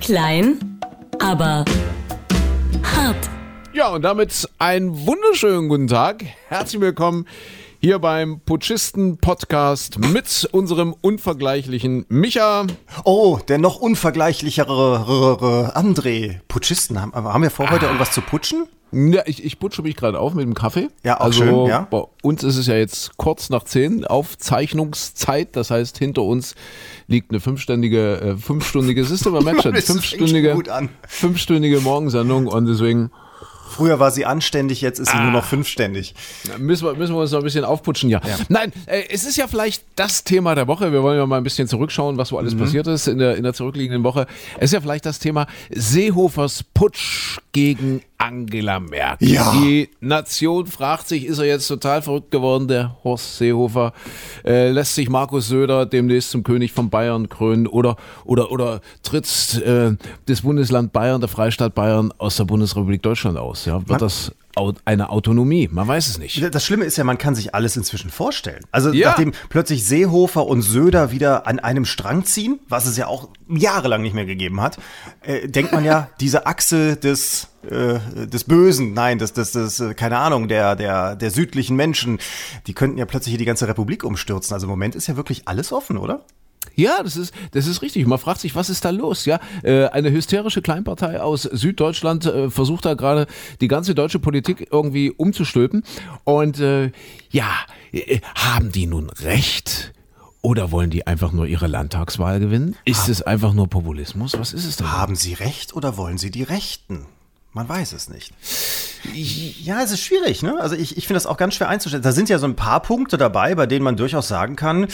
Klein, aber hart. Ja, und damit einen wunderschönen guten Tag. Herzlich willkommen hier beim Putschisten-Podcast mit unserem unvergleichlichen Micha. Oh, der noch unvergleichlichere André. Putschisten, haben wir vor, heute irgendwas zu putschen? Ja, ich putsche mich gerade auf mit dem Kaffee. Ja, auch schön, ja. Bei uns ist es ja jetzt kurz nach 10 Aufzeichnungszeit. Das heißt, hinter uns liegt eine fünfstündige Morgensendung und deswegen... Früher war sie anständig, jetzt ist sie nur noch fünfständig. Müssen wir uns noch ein bisschen aufputschen, ja. Nein, es ist ja vielleicht das Thema der Woche. Wir wollen ja mal ein bisschen zurückschauen, was so alles passiert ist in der zurückliegenden Woche. Es ist ja vielleicht das Thema Seehofers Putsch gegen Angela Merkel. Ja. Die Nation fragt sich, ist er jetzt total verrückt geworden, der Horst Seehofer? Lässt sich Markus Söder demnächst zum König von Bayern krönen oder tritt das Bundesland Bayern, der Freistaat Bayern aus der Bundesrepublik Deutschland aus? Ja, wird das eine Autonomie? Man weiß es nicht. Das Schlimme ist ja, man kann sich alles inzwischen vorstellen. Also nachdem plötzlich Seehofer und Söder wieder an einem Strang ziehen, was es ja auch jahrelang nicht mehr gegeben hat, denkt man ja, diese Achse des Bösen, nein, keine Ahnung, der südlichen Menschen, die könnten ja plötzlich hier die ganze Republik umstürzen. Also im Moment ist ja wirklich alles offen, oder? Ja, das ist richtig. Man fragt sich, was ist da los? Ja, eine hysterische Kleinpartei aus Süddeutschland versucht da gerade die ganze deutsche Politik irgendwie umzustülpen. Und haben die nun recht? Oder wollen die einfach nur ihre Landtagswahl gewinnen? Ist es einfach nur Populismus? Was ist es denn? Haben sie recht oder wollen sie die Rechten? Man weiß es nicht. Ja, es ist schwierig, ne? Also ich finde das auch ganz schwer einzustellen. Da sind ja so ein paar Punkte dabei, bei denen man durchaus sagen kann,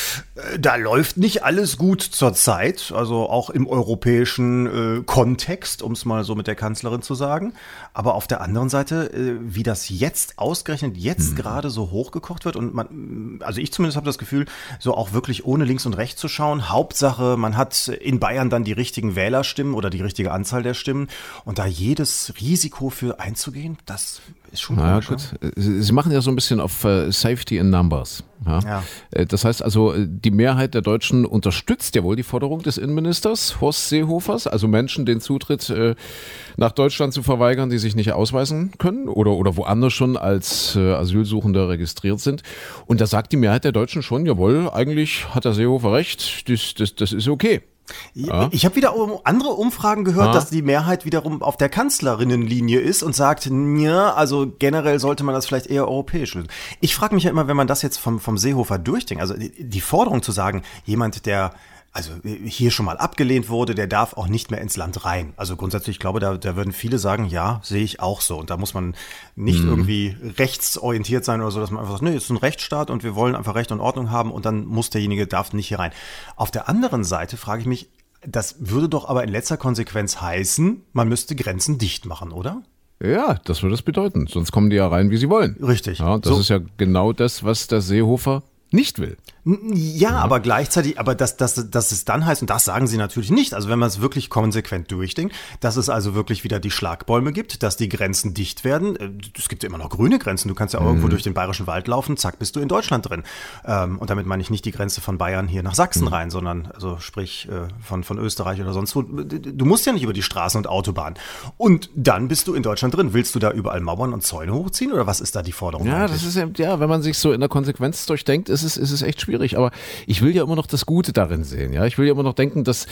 da läuft nicht alles gut zur Zeit, also auch im europäischen Kontext, um es mal so mit der Kanzlerin zu sagen. Aber auf der anderen Seite, wie das jetzt ausgerechnet gerade so hochgekocht wird und also ich zumindest habe das Gefühl, so auch wirklich ohne links und rechts zu schauen. Hauptsache, man hat in Bayern dann die richtigen Wählerstimmen oder die richtige Anzahl der Stimmen und da jedes Risiko für einzugehen, das ist schon gut. Sie machen ja so ein bisschen auf Safety in Numbers. Ja? Das heißt also, die Mehrheit der Deutschen unterstützt ja wohl die Forderung des Innenministers Horst Seehofers, also Menschen den Zutritt nach Deutschland zu verweigern, die sich nicht ausweisen können oder woanders schon als Asylsuchende registriert sind. Und da sagt die Mehrheit der Deutschen schon, jawohl, eigentlich hat der Seehofer recht, das ist okay. Ja. Ich habe wieder andere Umfragen gehört, dass die Mehrheit wiederum auf der Kanzlerinnenlinie ist und sagt, ja, also generell sollte man das vielleicht eher europäisch lösen. Ich frage mich ja immer, wenn man das jetzt vom Seehofer durchdenkt, also die Forderung zu sagen, jemand, der also hier schon mal abgelehnt wurde, der darf auch nicht mehr ins Land rein. Also grundsätzlich, ich glaube, da würden viele sagen, ja, sehe ich auch so. Und da muss man nicht irgendwie rechtsorientiert sein oder so, dass man einfach sagt, nee, es ist ein Rechtsstaat und wir wollen einfach Recht und Ordnung haben und dann muss derjenige, darf nicht hier rein. Auf der anderen Seite frage ich mich, das würde doch aber in letzter Konsequenz heißen, man müsste Grenzen dicht machen, oder? Ja, das würde es bedeuten. Sonst kommen die ja rein, wie sie wollen. Richtig. Ja, das ist ja genau das, was der Seehofer nicht will. Ja, aber gleichzeitig, dass es dann heißt, und das sagen sie natürlich nicht, also wenn man es wirklich konsequent durchdenkt, dass es also wirklich wieder die Schlagbäume gibt, dass die Grenzen dicht werden. Es gibt ja immer noch grüne Grenzen, du kannst ja auch irgendwo durch den Bayerischen Wald laufen, zack, bist du in Deutschland drin. Und damit meine ich nicht die Grenze von Bayern hier nach Sachsen rein, sondern also sprich von Österreich oder sonst wo. Du musst ja nicht über die Straßen und Autobahnen. Und dann bist du in Deutschland drin. Willst du da überall Mauern und Zäune hochziehen oder was ist da die Forderung? Ja, eigentlich? das ist ja, wenn man sich so in der Konsequenz durchdenkt, ist es echt schwierig. Aber ich will ja immer noch das Gute darin sehen. Ja, ich will ja immer noch denken, dass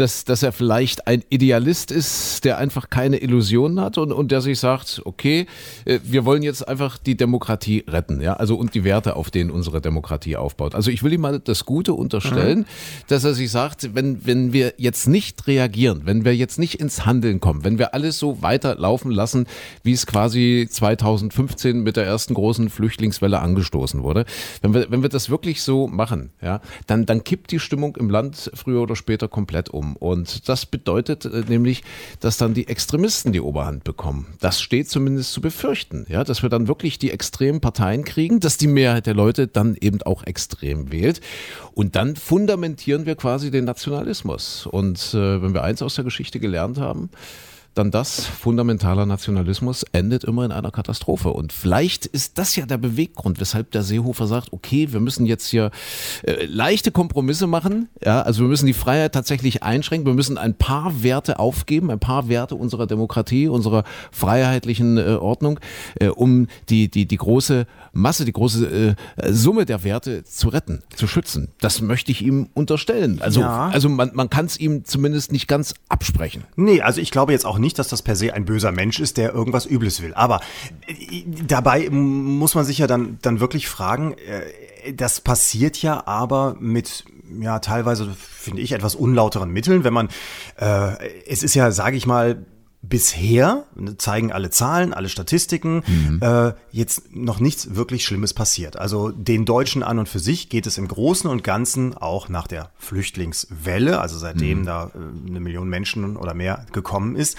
er vielleicht ein Idealist ist, der einfach keine Illusionen hat und der sich sagt, okay, wir wollen jetzt einfach die Demokratie retten. Ja, also und die Werte, auf denen unsere Demokratie aufbaut. Also ich will ihm mal das Gute unterstellen, dass er sich sagt, wenn wir jetzt nicht reagieren, wenn wir jetzt nicht ins Handeln kommen, wenn wir alles so weiterlaufen lassen, wie es quasi 2015 mit der ersten großen Flüchtlingswelle angestoßen wurde, wenn wir das wirklich so machen, ja, dann kippt die Stimmung im Land früher oder später komplett um. Und das bedeutet nämlich, dass dann die Extremisten die Oberhand bekommen. Das steht zumindest zu befürchten, ja, dass wir dann wirklich die extremen Parteien kriegen, dass die Mehrheit der Leute dann eben auch extrem wählt. Und dann fundamentieren wir quasi den Nationalismus. Und wenn wir eins aus der Geschichte gelernt haben, dann das, fundamentaler Nationalismus endet immer in einer Katastrophe. Und vielleicht ist das ja der Beweggrund, weshalb der Seehofer sagt, okay, wir müssen jetzt hier leichte Kompromisse machen, ja, also wir müssen die Freiheit tatsächlich einschränken, wir müssen ein paar Werte aufgeben, ein paar Werte unserer Demokratie, unserer freiheitlichen Ordnung, um die große Masse, die große Summe der Werte zu retten, zu schützen. Das möchte ich ihm unterstellen. Also man kann es ihm zumindest nicht ganz absprechen. Nee, also ich glaube jetzt auch nicht, dass das per se ein böser Mensch ist, der irgendwas Übles will. Aber dabei muss man sich ja dann wirklich fragen, das passiert ja aber mit teilweise, finde ich, etwas unlauteren Mitteln, wenn man, es ist ja, sage ich mal, bisher, zeigen alle Zahlen, alle Statistiken, jetzt noch nichts wirklich Schlimmes passiert. Also den Deutschen an und für sich geht es im Großen und Ganzen auch nach der Flüchtlingswelle, also seitdem da 1 Million Menschen oder mehr gekommen ist,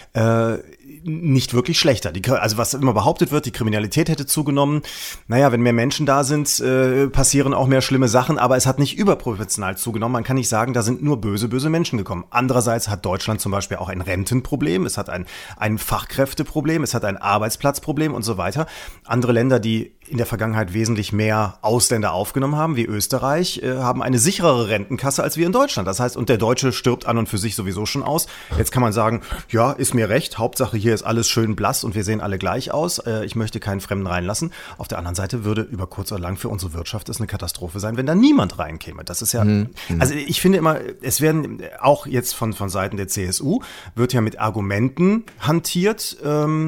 nicht wirklich schlechter. Also was immer behauptet wird, die Kriminalität hätte zugenommen. Naja, wenn mehr Menschen da sind, passieren auch mehr schlimme Sachen, aber es hat nicht überproportional zugenommen. Man kann nicht sagen, da sind nur böse Menschen gekommen. Andererseits hat Deutschland zum Beispiel auch ein Rentenproblem, es hat ein Fachkräfteproblem, es hat ein Arbeitsplatzproblem und so weiter. Andere Länder, die in der Vergangenheit wesentlich mehr Ausländer aufgenommen haben, wie Österreich, haben eine sicherere Rentenkasse als wir in Deutschland. Das heißt, und der Deutsche stirbt an und für sich sowieso schon aus. Jetzt kann man sagen, ja, ist mir recht, Hauptsache hier ist alles schön blass und wir sehen alle gleich aus. Ich möchte keinen Fremden reinlassen. Auf der anderen Seite würde über kurz oder lang für unsere Wirtschaft es eine Katastrophe sein, wenn da niemand reinkäme. Das ist ja, also ich finde immer, es werden auch jetzt von Seiten der CSU, wird ja mit Argumenten hantiert,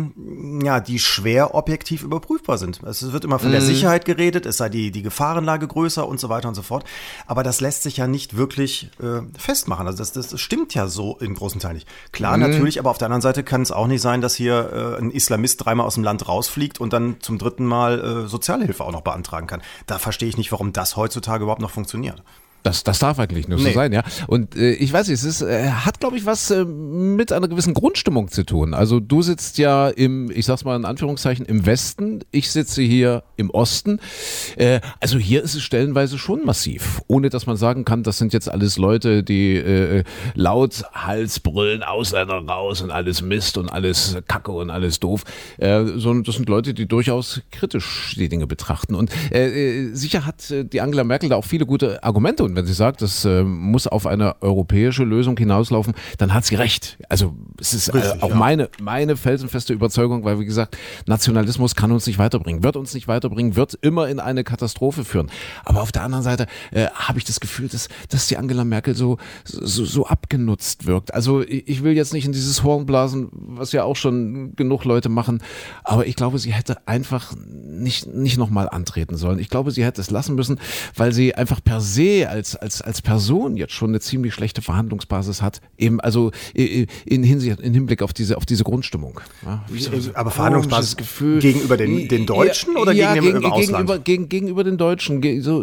die schwer objektiv überprüfbar sind. Es wird immer von der Sicherheit geredet, es sei die Gefahrenlage größer und so weiter und so fort. Aber das lässt sich ja nicht wirklich festmachen. Also das stimmt ja so in großen Teilen nicht. Klar, natürlich, aber auf der anderen Seite kann es auch nicht sein, dass hier ein Islamist 3-mal aus dem Land rausfliegt und dann zum 3. Mal Sozialhilfe auch noch beantragen kann. Da verstehe ich nicht, warum das heutzutage überhaupt noch funktioniert. Das darf eigentlich nur so sein, ja. Und ich weiß nicht, es hat, glaube ich, was mit einer gewissen Grundstimmung zu tun. Also du sitzt ja ich sag's mal in Anführungszeichen, im Westen, ich sitze hier im Osten. Also hier ist es stellenweise schon massiv, ohne dass man sagen kann, das sind jetzt alles Leute, die laut Hals brüllen, Ausländer raus und alles Mist und alles Kacke und alles doof. Sondern das sind Leute, die durchaus kritisch die Dinge betrachten. Und sicher hat die Angela Merkel da auch viele gute Argumente. Und wenn sie sagt, das muss auf eine europäische Lösung hinauslaufen, dann hat sie recht. Also es ist auch meine felsenfeste Überzeugung, weil wie gesagt, Nationalismus kann uns nicht weiterbringen, wird uns nicht weiterbringen, wird immer in eine Katastrophe führen. Aber auf der anderen Seite habe ich das Gefühl, dass die Angela Merkel so abgenutzt wirkt. Also ich will jetzt nicht in dieses Horn blasen, was ja auch schon genug Leute machen, aber ich glaube, sie hätte einfach nicht nochmal antreten sollen. Ich glaube, sie hätte es lassen müssen, weil sie einfach per se als Person jetzt schon eine ziemlich schlechte Verhandlungsbasis hat, eben also in Hinblick auf diese Grundstimmung. Ja, aber Verhandlungsbasis gegenüber den Deutschen oder gegenüber Ausland? Gegenüber den Deutschen,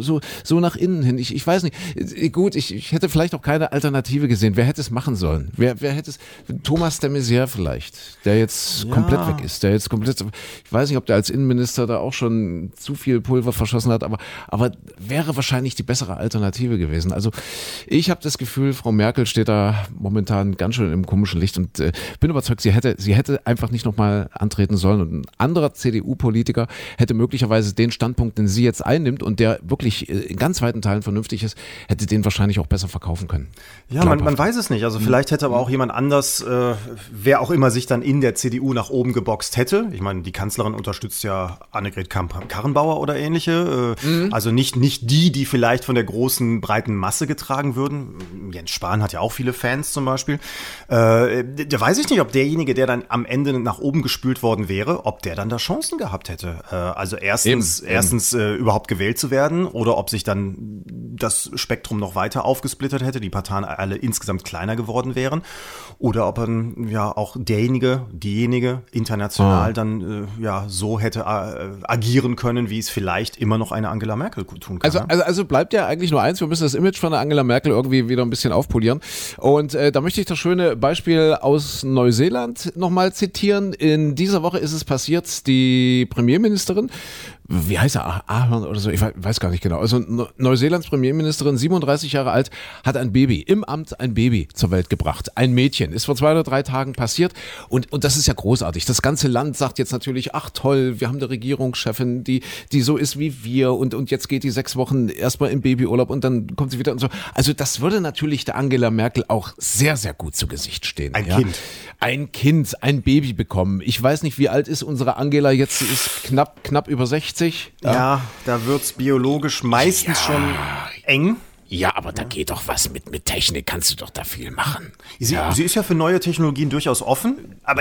so nach innen hin. Ich weiß nicht. Gut, ich hätte vielleicht auch keine Alternative gesehen. Wer hätte es machen sollen? Wer hätte es? Thomas de Maizière vielleicht, der jetzt komplett weg ist. Ich weiß nicht, ob der als Innenminister da auch schon zu viel Pulver verschossen hat, aber wäre wahrscheinlich die bessere Alternative gewesen. Also ich habe das Gefühl, Frau Merkel steht da momentan ganz schön im komischen Licht und bin überzeugt, sie hätte einfach nicht nochmal antreten sollen und ein anderer CDU-Politiker hätte möglicherweise den Standpunkt, den sie jetzt einnimmt und der wirklich in ganz weiten Teilen vernünftig ist, hätte den wahrscheinlich auch besser verkaufen können. Ja, man weiß es nicht. Also vielleicht hätte aber auch jemand anders, wer auch immer sich dann in der CDU nach oben geboxt hätte. Ich meine, die Kanzlerin unterstützt ja Annegret Kramp-Karrenbauer oder ähnliche. Also nicht die vielleicht von der großen, breiten Masse getragen würden. Jens Spahn hat ja auch viele Fans zum Beispiel. Da weiß ich nicht, ob derjenige, der dann am Ende nach oben gespült worden wäre, ob der dann da Chancen gehabt hätte. Also erstens überhaupt gewählt zu werden oder ob sich dann das Spektrum noch weiter aufgesplittert hätte, die Parteien alle insgesamt kleiner geworden wären. Oder ob dann auch diejenige international dann so hätte agieren können, wie es vielleicht immer noch eine Angela Merkel tun kann. Also bleibt ja eigentlich nur eins, wir müssen das Image von der Angela Merkel irgendwie wieder ein bisschen aufpolieren. Und da möchte ich das schöne Beispiel aus Neuseeland nochmal zitieren. In dieser Woche ist es passiert, die Premierministerin wie heißt er, Ahern oder so, ich weiß gar nicht genau. Also Neuseelands Premierministerin, 37 Jahre alt, hat ein Baby, im Amt ein Baby zur Welt gebracht. Ein Mädchen, ist vor 2 oder 3 Tagen passiert und das ist ja großartig. Das ganze Land sagt jetzt natürlich, ach toll, wir haben eine Regierungschefin, die so ist wie wir und jetzt geht die 6 Wochen erstmal im Babyurlaub und dann kommt sie wieder und so. Also das würde natürlich der Angela Merkel auch sehr, sehr gut zu Gesicht stehen. Ein Kind, ein Baby bekommen. Ich weiß nicht, wie alt ist unsere Angela jetzt? Sie ist knapp über 60. Ja, da wird's biologisch meistens schon eng. Ja, aber da geht doch was mit Technik, kannst du doch da viel machen. Sie ist ja für neue Technologien durchaus offen, aber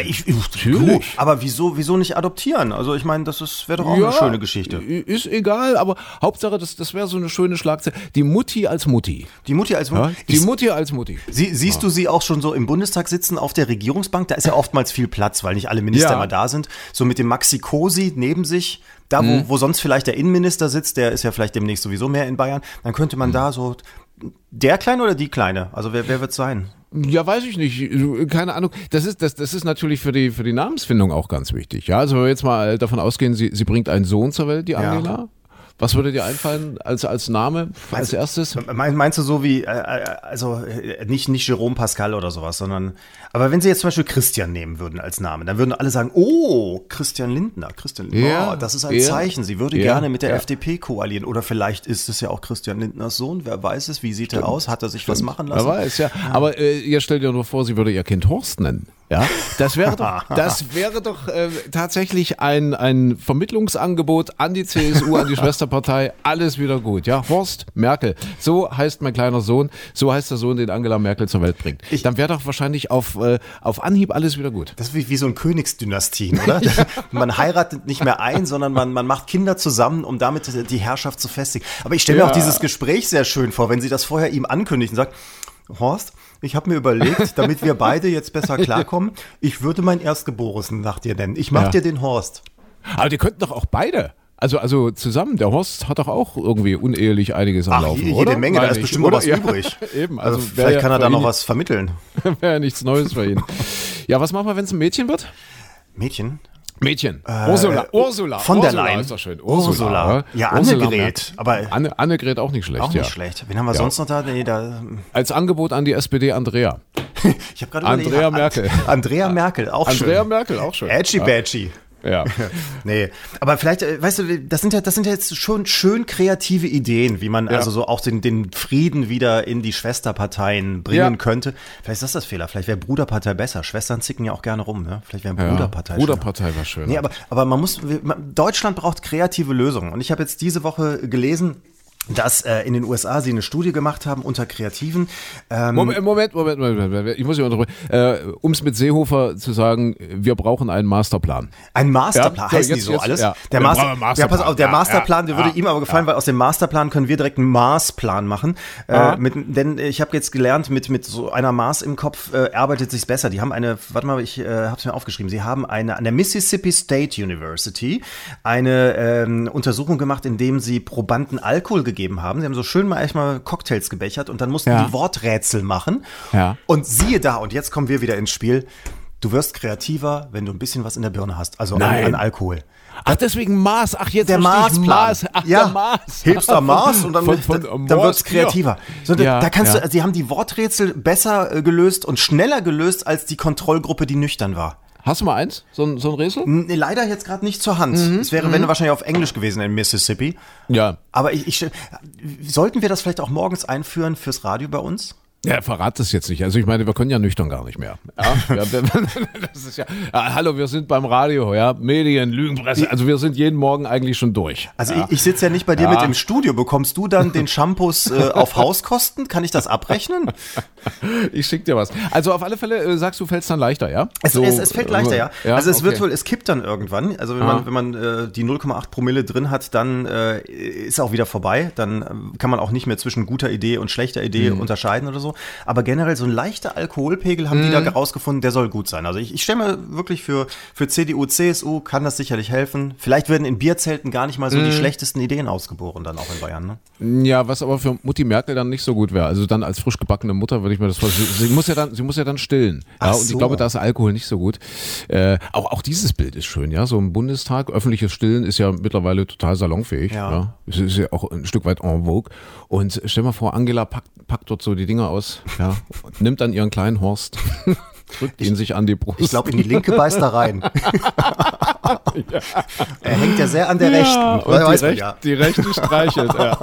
aber wieso nicht adoptieren? Also ich meine, wäre doch auch eine schöne Geschichte. Ist egal, aber Hauptsache, das wäre so eine schöne Schlagzeile. Die Mutti als Mutti. Die Mutti als Mutti. Ja, die Mutti als Mutti. Siehst du sie auch schon so im Bundestag sitzen auf der Regierungsbank? Da ist ja oftmals viel Platz, weil nicht alle Minister immer da sind. So mit dem Maxi Cosi neben sich. Da, wo sonst vielleicht der Innenminister sitzt, der ist ja vielleicht demnächst sowieso mehr in Bayern, dann könnte man da so, der Kleine oder die Kleine? Also wer wird es sein? Ja, weiß ich nicht. Keine Ahnung. Das ist natürlich für die Namensfindung auch ganz wichtig. Ja, also wenn wir jetzt mal davon ausgehen, sie bringt einen Sohn zur Welt, die Angela. Ja. Was würde dir einfallen als Name als erstes? Meinst du so wie, nicht Jerome Pascal oder sowas, sondern, aber wenn sie jetzt zum Beispiel Christian nehmen würden als Namen, dann würden alle sagen, oh, Christian Lindner, das ist ein Zeichen, sie würde gerne mit der FDP koalieren oder vielleicht ist es ja auch Christian Lindners Sohn, wer weiß es, wie sieht er aus, hat er sich was machen lassen? Wer weiß, ja. Aber ihr stellt dir nur vor, sie würde ihr Kind Horst nennen. Ja, das wäre doch tatsächlich ein Vermittlungsangebot an die CSU, an die Schwesterpartei, alles wieder gut. Ja, Horst Merkel, so heißt mein kleiner Sohn, so heißt der Sohn, den Angela Merkel zur Welt bringt. Dann wäre doch wahrscheinlich auf Anhieb alles wieder gut. Das ist wie so ein Königsdynastien, oder? Man heiratet nicht mehr ein, sondern man macht Kinder zusammen, um damit die Herrschaft zu festigen. Aber ich stelle mir auch dieses Gespräch sehr schön vor, wenn sie das vorher ihm ankündigt und sagt, Horst, ich habe mir überlegt, damit wir beide jetzt besser klarkommen, ich würde meinen Erstgeborenen nach dir nennen. Ich mach dir den Horst. Aber die könnten doch auch beide. Also zusammen, der Horst hat doch auch irgendwie unehelich einiges am Laufen, jede oder? Menge, da ist bestimmt noch was übrig. Eben, also vielleicht kann er da noch was vermitteln. Wäre ja nichts Neues für ihn. Ja, was machen wir, wenn es ein Mädchen wird? Mädchen. Ursula. Von der Leyen. Ist doch schön. Ursula. Ja, Annegret. Aber Annegret auch nicht schlecht. Auch nicht schlecht. Wen haben wir sonst noch da? Als Angebot an die SPD Andrea. Ich habe gerade Andrea Merkel. Andrea Merkel, auch schön. Andrea Merkel, auch schön. Badgy. Ja. Nee, aber vielleicht, weißt du, das sind ja jetzt schon schön kreative Ideen, wie man also so auch den Frieden wieder in die Schwesterparteien bringen könnte. Vielleicht ist das Fehler, vielleicht wäre Bruderpartei besser. Schwestern zicken ja auch gerne rum, ne? Vielleicht wäre Bruderpartei schöner. Bruderpartei war schön. Nee, aber Deutschland braucht kreative Lösungen. Und ich habe jetzt diese Woche gelesen, dass in den USA sie eine Studie gemacht haben unter Kreativen. Moment. Ich muss dich unterbrechen. Um es mit Seehofer zu sagen, wir brauchen einen Masterplan. Ein Masterplan? Ja? Heißt die so alles? Ja. Der Masterplan, der würde ihm aber gefallen, weil aus dem Masterplan können wir direkt einen Marsplan machen. Denn ich habe jetzt gelernt, mit so einer Mars im Kopf arbeitet sich's besser. Die haben ich habe es mir aufgeschrieben, sie haben an der Mississippi State University eine Untersuchung gemacht, in dem sie Probanden Alkohol gegeben haben. Sie haben so schön mal erstmal Cocktails gebechert und dann mussten die Worträtsel machen. Ja. Und siehe da, und jetzt kommen wir wieder ins Spiel, du wirst kreativer, wenn du ein bisschen was in der Birne hast, also an Alkohol. Ach, deswegen Mars. Ach, jetzt der Marsplan. Der Mars. Hebst am Mars und dann wird es kreativer. So, da kannst du, sie haben die Worträtsel besser gelöst und schneller gelöst als die Kontrollgruppe, die nüchtern war. Hast du mal eins? So ein Rätsel? Leider jetzt gerade nicht zur Hand. Es wäre, wenn wahrscheinlich auf Englisch gewesen in Mississippi. Ja. Aber sollten wir das vielleicht auch morgens einführen fürs Radio bei uns? Ja, verrat das jetzt nicht. Also ich meine, wir können ja nüchtern gar nicht mehr. Ja, das ist hallo, wir sind beim Radio, Medien, Lügenpresse. Also wir sind jeden Morgen eigentlich schon durch. Also ich sitze ja nicht bei dir mit im Studio. Bekommst du dann den Shampoos auf Hauskosten? Kann ich das abrechnen? Ich schick dir was. Also auf alle Fälle sagst du, fällt es dann leichter, ja? Es fällt leichter, ja. Also es kippt dann irgendwann. Also wenn man die 0,8 Promille drin hat, dann ist auch wieder vorbei. Dann kann man auch nicht mehr zwischen guter Idee und schlechter Idee unterscheiden oder so. so. Aber generell so ein leichter Alkoholpegel haben die da rausgefunden, der soll gut sein. Also ich stelle mir wirklich für CDU, CSU kann das sicherlich helfen. Vielleicht werden in Bierzelten gar nicht mal so die schlechtesten Ideen ausgeboren, dann auch in Bayern. Ne? Ja, was aber für Mutti Merkel dann nicht so gut wäre. Also dann als frisch gebackene Mutter würde ich mir das vorstellen. Sie muss ja dann stillen. Ja, und ich glaube, da ist Alkohol nicht so gut. Auch dieses Bild ist schön, ja. So im Bundestag, öffentliches Stillen ist ja mittlerweile total salonfähig. Ja. Es ist ja auch ein Stück weit en vogue. Und stell mal vor, Angela packt dort so die Dinger aus, ja, und nimmt dann ihren kleinen Horst, drückt ihn sich an die Brust. Ich glaube, in die linke beißt er rein. Ja. Er hängt ja sehr an der rechten. Und die rechte streichelt. Ja.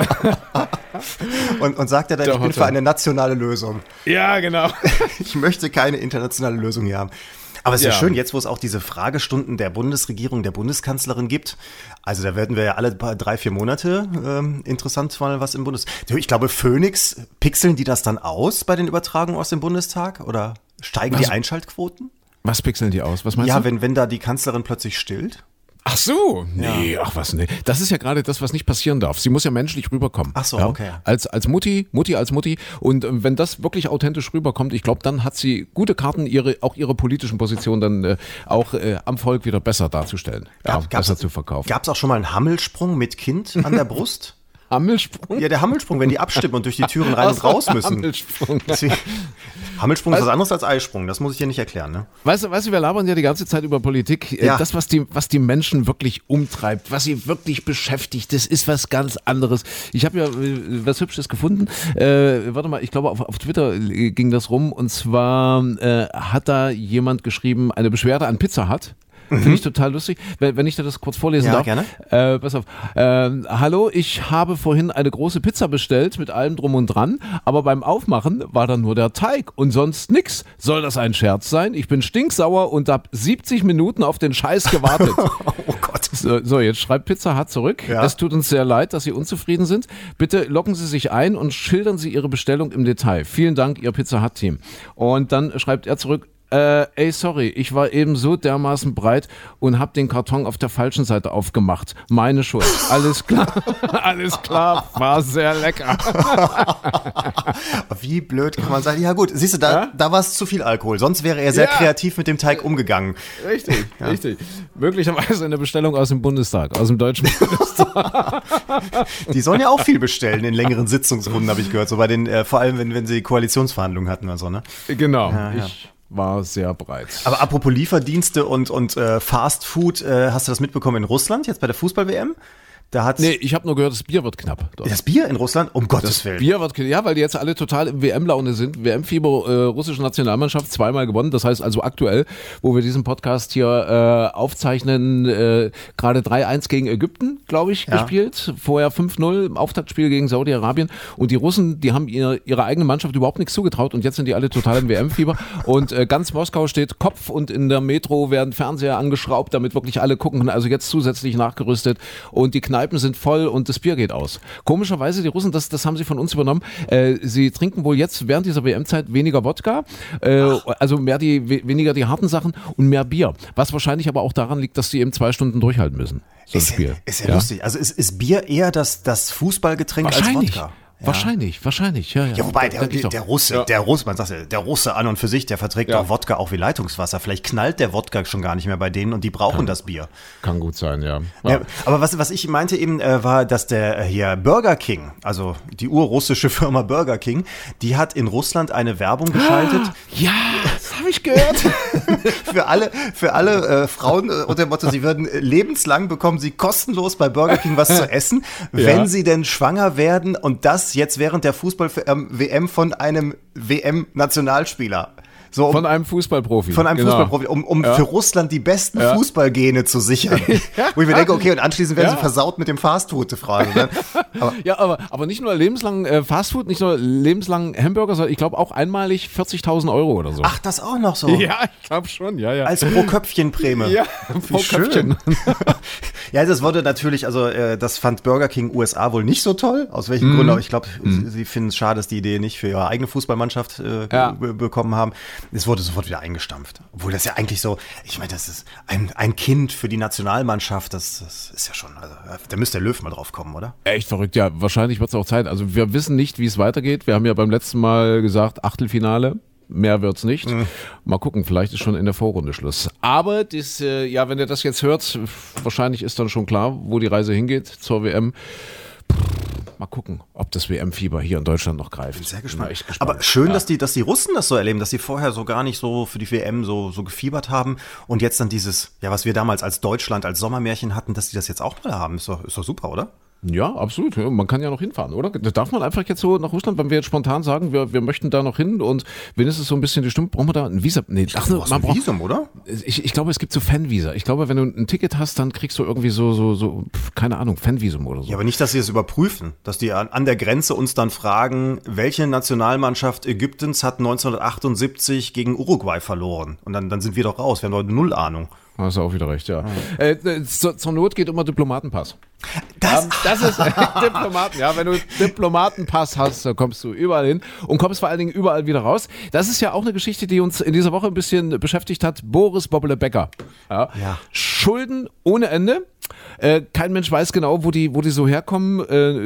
Und sagt er dann, ich bin für eine nationale Lösung. Ja, genau. Ich möchte keine internationale Lösung hier haben. Aber es ist ja schön, jetzt wo es auch diese Fragestunden der Bundesregierung, der Bundeskanzlerin gibt. Also da werden wir ja alle 3-4 Monate interessant mal was im Ich glaube, Phoenix, pixeln die das dann aus bei den Übertragungen aus dem Bundestag? Oder steigen die Einschaltquoten? Was pixeln die aus? Was meinst du? Ja, wenn da die Kanzlerin plötzlich stillt. Ach so, nee, ach was, nee. Das ist ja gerade das, was nicht passieren darf. Sie muss ja menschlich rüberkommen. Ach so, ja? Okay. Als Mutti als Mutti. Und wenn das wirklich authentisch rüberkommt, ich glaube, dann hat sie gute Karten, auch ihre politischen Positionen dann auch am Volk wieder besser darzustellen. Besser zu verkaufen. Gab es auch schon mal einen Hammelsprung mit Kind an der Brust? Hammelsprung? Ja, der Hammelsprung, wenn die abstimmen und durch die Türen rein und raus müssen. Hammelsprung. Hammelsprung ist was anderes als Eisprung, das muss ich dir nicht erklären. Ne? Weißt du, wir labern ja die ganze Zeit über Politik. Ja. Das, was die Menschen wirklich umtreibt, was sie wirklich beschäftigt, das ist was ganz anderes. Ich habe ja was Hübsches gefunden. Warte mal, ich glaube, auf Twitter ging das rum. Und zwar hat da jemand geschrieben, eine Beschwerde an Pizza Hut. Finde ich total lustig. Wenn ich dir das kurz vorlesen darf. Gerne. Pass auf. Hallo, ich habe vorhin eine große Pizza bestellt mit allem drum und dran, aber beim Aufmachen war dann nur der Teig und sonst nix. Soll das ein Scherz sein? Ich bin stinksauer und habe 70 Minuten auf den Scheiß gewartet. Oh Gott. So, jetzt schreibt Pizza Hut zurück. Ja. Es tut uns sehr leid, dass Sie unzufrieden sind. Bitte loggen Sie sich ein und schildern Sie Ihre Bestellung im Detail. Vielen Dank, Ihr Pizza Hut Team. Und dann schreibt er zurück, sorry, ich war eben so dermaßen breit und habe den Karton auf der falschen Seite aufgemacht. Meine Schuld. Alles klar, alles klar, war sehr lecker. Wie blöd kann man sein? Ja gut, siehst du, da war es zu viel Alkohol. Sonst wäre er sehr kreativ mit dem Teig umgegangen. Richtig, richtig. Möglicherweise eine Bestellung aus dem Bundestag, aus dem Deutschen Bundestag. Die sollen ja auch viel bestellen in längeren Sitzungsrunden, habe ich gehört. So bei den, vor allem, wenn sie Koalitionsverhandlungen hatten oder so, ne? Genau. Ja. Ich war sehr breit. Aber apropos Lieferdienste und Fast Food, hast du das mitbekommen in Russland, jetzt bei der Fußball-WM? Nee, ich habe nur gehört, das Bier wird knapp. Dort. Das Bier in Russland? Um Gottes Willen. Das Bier wird knapp, ja, weil die jetzt alle total im WM-Laune sind. WM-Fieber, russische Nationalmannschaft, 2-mal gewonnen. Das heißt also aktuell, wo wir diesen Podcast hier aufzeichnen, gerade 3-1 gegen Ägypten, glaube ich, gespielt. Vorher 5-0 im Auftaktspiel gegen Saudi-Arabien. Und die Russen, die haben ihrer eigenen Mannschaft überhaupt nichts zugetraut. Und jetzt sind die alle total im WM-Fieber. Und ganz Moskau steht Kopf und in der Metro werden Fernseher angeschraubt, damit wirklich alle gucken können. Also jetzt zusätzlich nachgerüstet. Und die Kneipen sind voll und das Bier geht aus. Komischerweise, die Russen, das haben sie von uns übernommen, sie trinken wohl jetzt während dieser WM-Zeit weniger Wodka, also weniger die harten Sachen und mehr Bier. Was wahrscheinlich aber auch daran liegt, dass sie eben 2 Stunden durchhalten müssen. So ist ja lustig. Also ist Bier eher das Fußballgetränk als Wodka? Ja. Wahrscheinlich, ja. Ja, wobei, der Russe, man sagt ja, der Russe an und für sich, der verträgt auch Wodka auch wie Leitungswasser. Vielleicht knallt der Wodka schon gar nicht mehr bei denen und die brauchen das Bier. Kann gut sein, ja. Aber was ich meinte eben, war, dass der hier Burger King, also die urrussische Firma Burger King, die hat in Russland eine Werbung geschaltet. Ja, das habe ich gehört. für alle Frauen unter dem Motto, sie würden lebenslang bekommen sie kostenlos bei Burger King was zu essen, wenn sie denn schwanger werden und das jetzt während der Fußball-WM von einem WM-Nationalspieler. So, von einem Fußballprofi. Fußballprofi, um für Russland die besten Fußballgene zu sichern. Wo ich mir denke, okay, und anschließend werden sie versaut mit dem Fastfood-Fragen. Aber nicht nur lebenslang Fastfood, nicht nur lebenslang Hamburger, sondern ich glaube auch einmalig 40.000 € oder so. Ach, das auch noch so? Ja, ich glaube schon, ja. Als Pro-Köpfchen-Prämie. Ja, Pro-Köpfchen. Ja, das wurde natürlich, also das fand Burger King USA wohl nicht so toll, aus welchen Gründen, aber ich glaube, sie finden es schade, dass die Idee nicht für ihre eigene Fußballmannschaft bekommen haben. Es wurde sofort wieder eingestampft. Obwohl das ja eigentlich so, ich meine, das ist ein Kind für die Nationalmannschaft, das ist ja schon, also da müsste der Löw mal drauf kommen, oder? Echt verrückt, ja, wahrscheinlich wird es auch Zeit. Also wir wissen nicht, wie es weitergeht. Wir haben ja beim letzten Mal gesagt, Achtelfinale. Mehr wird's nicht. Mal gucken, vielleicht ist schon in der Vorrunde Schluss. Aber wenn ihr das jetzt hört, wahrscheinlich ist dann schon klar, wo die Reise hingeht zur WM. Mal gucken, ob das WM-Fieber hier in Deutschland noch greift. Bin sehr gespannt. Aber schön, dass die Russen das so erleben, dass sie vorher so gar nicht so für die WM so gefiebert haben und jetzt dann dieses, was wir damals als Deutschland, als Sommermärchen hatten, dass die das jetzt auch mal haben. Ist doch super, oder? Ja, absolut. Ja, man kann ja noch hinfahren, oder? Darf man einfach jetzt so nach Russland, wenn wir jetzt spontan sagen, wir möchten da noch hin und wenigstens so ein bisschen die Stimme, brauchen wir da ein Visa? Nee, man braucht ein Visum, oder? Ich glaube, es gibt so Fanvisa. Ich glaube, wenn du ein Ticket hast, dann kriegst du irgendwie so keine Ahnung, Fanvisum oder so. Ja, aber nicht, dass sie es überprüfen, dass die an der Grenze uns dann fragen, welche Nationalmannschaft Ägyptens hat 1978 gegen Uruguay verloren? Und dann sind wir doch raus, wir haben doch null Ahnung. Hast du auch wieder recht, ja. Zur Not geht immer Diplomatenpass. Das ist Diplomaten. Ja, wenn du Diplomatenpass hast, dann kommst du überall hin und kommst vor allen Dingen überall wieder raus. Das ist ja auch eine Geschichte, die uns in dieser Woche ein bisschen beschäftigt hat. Boris Bobbele Becker. Ja. Schulden ohne Ende. Kein Mensch weiß genau, wo die so herkommen.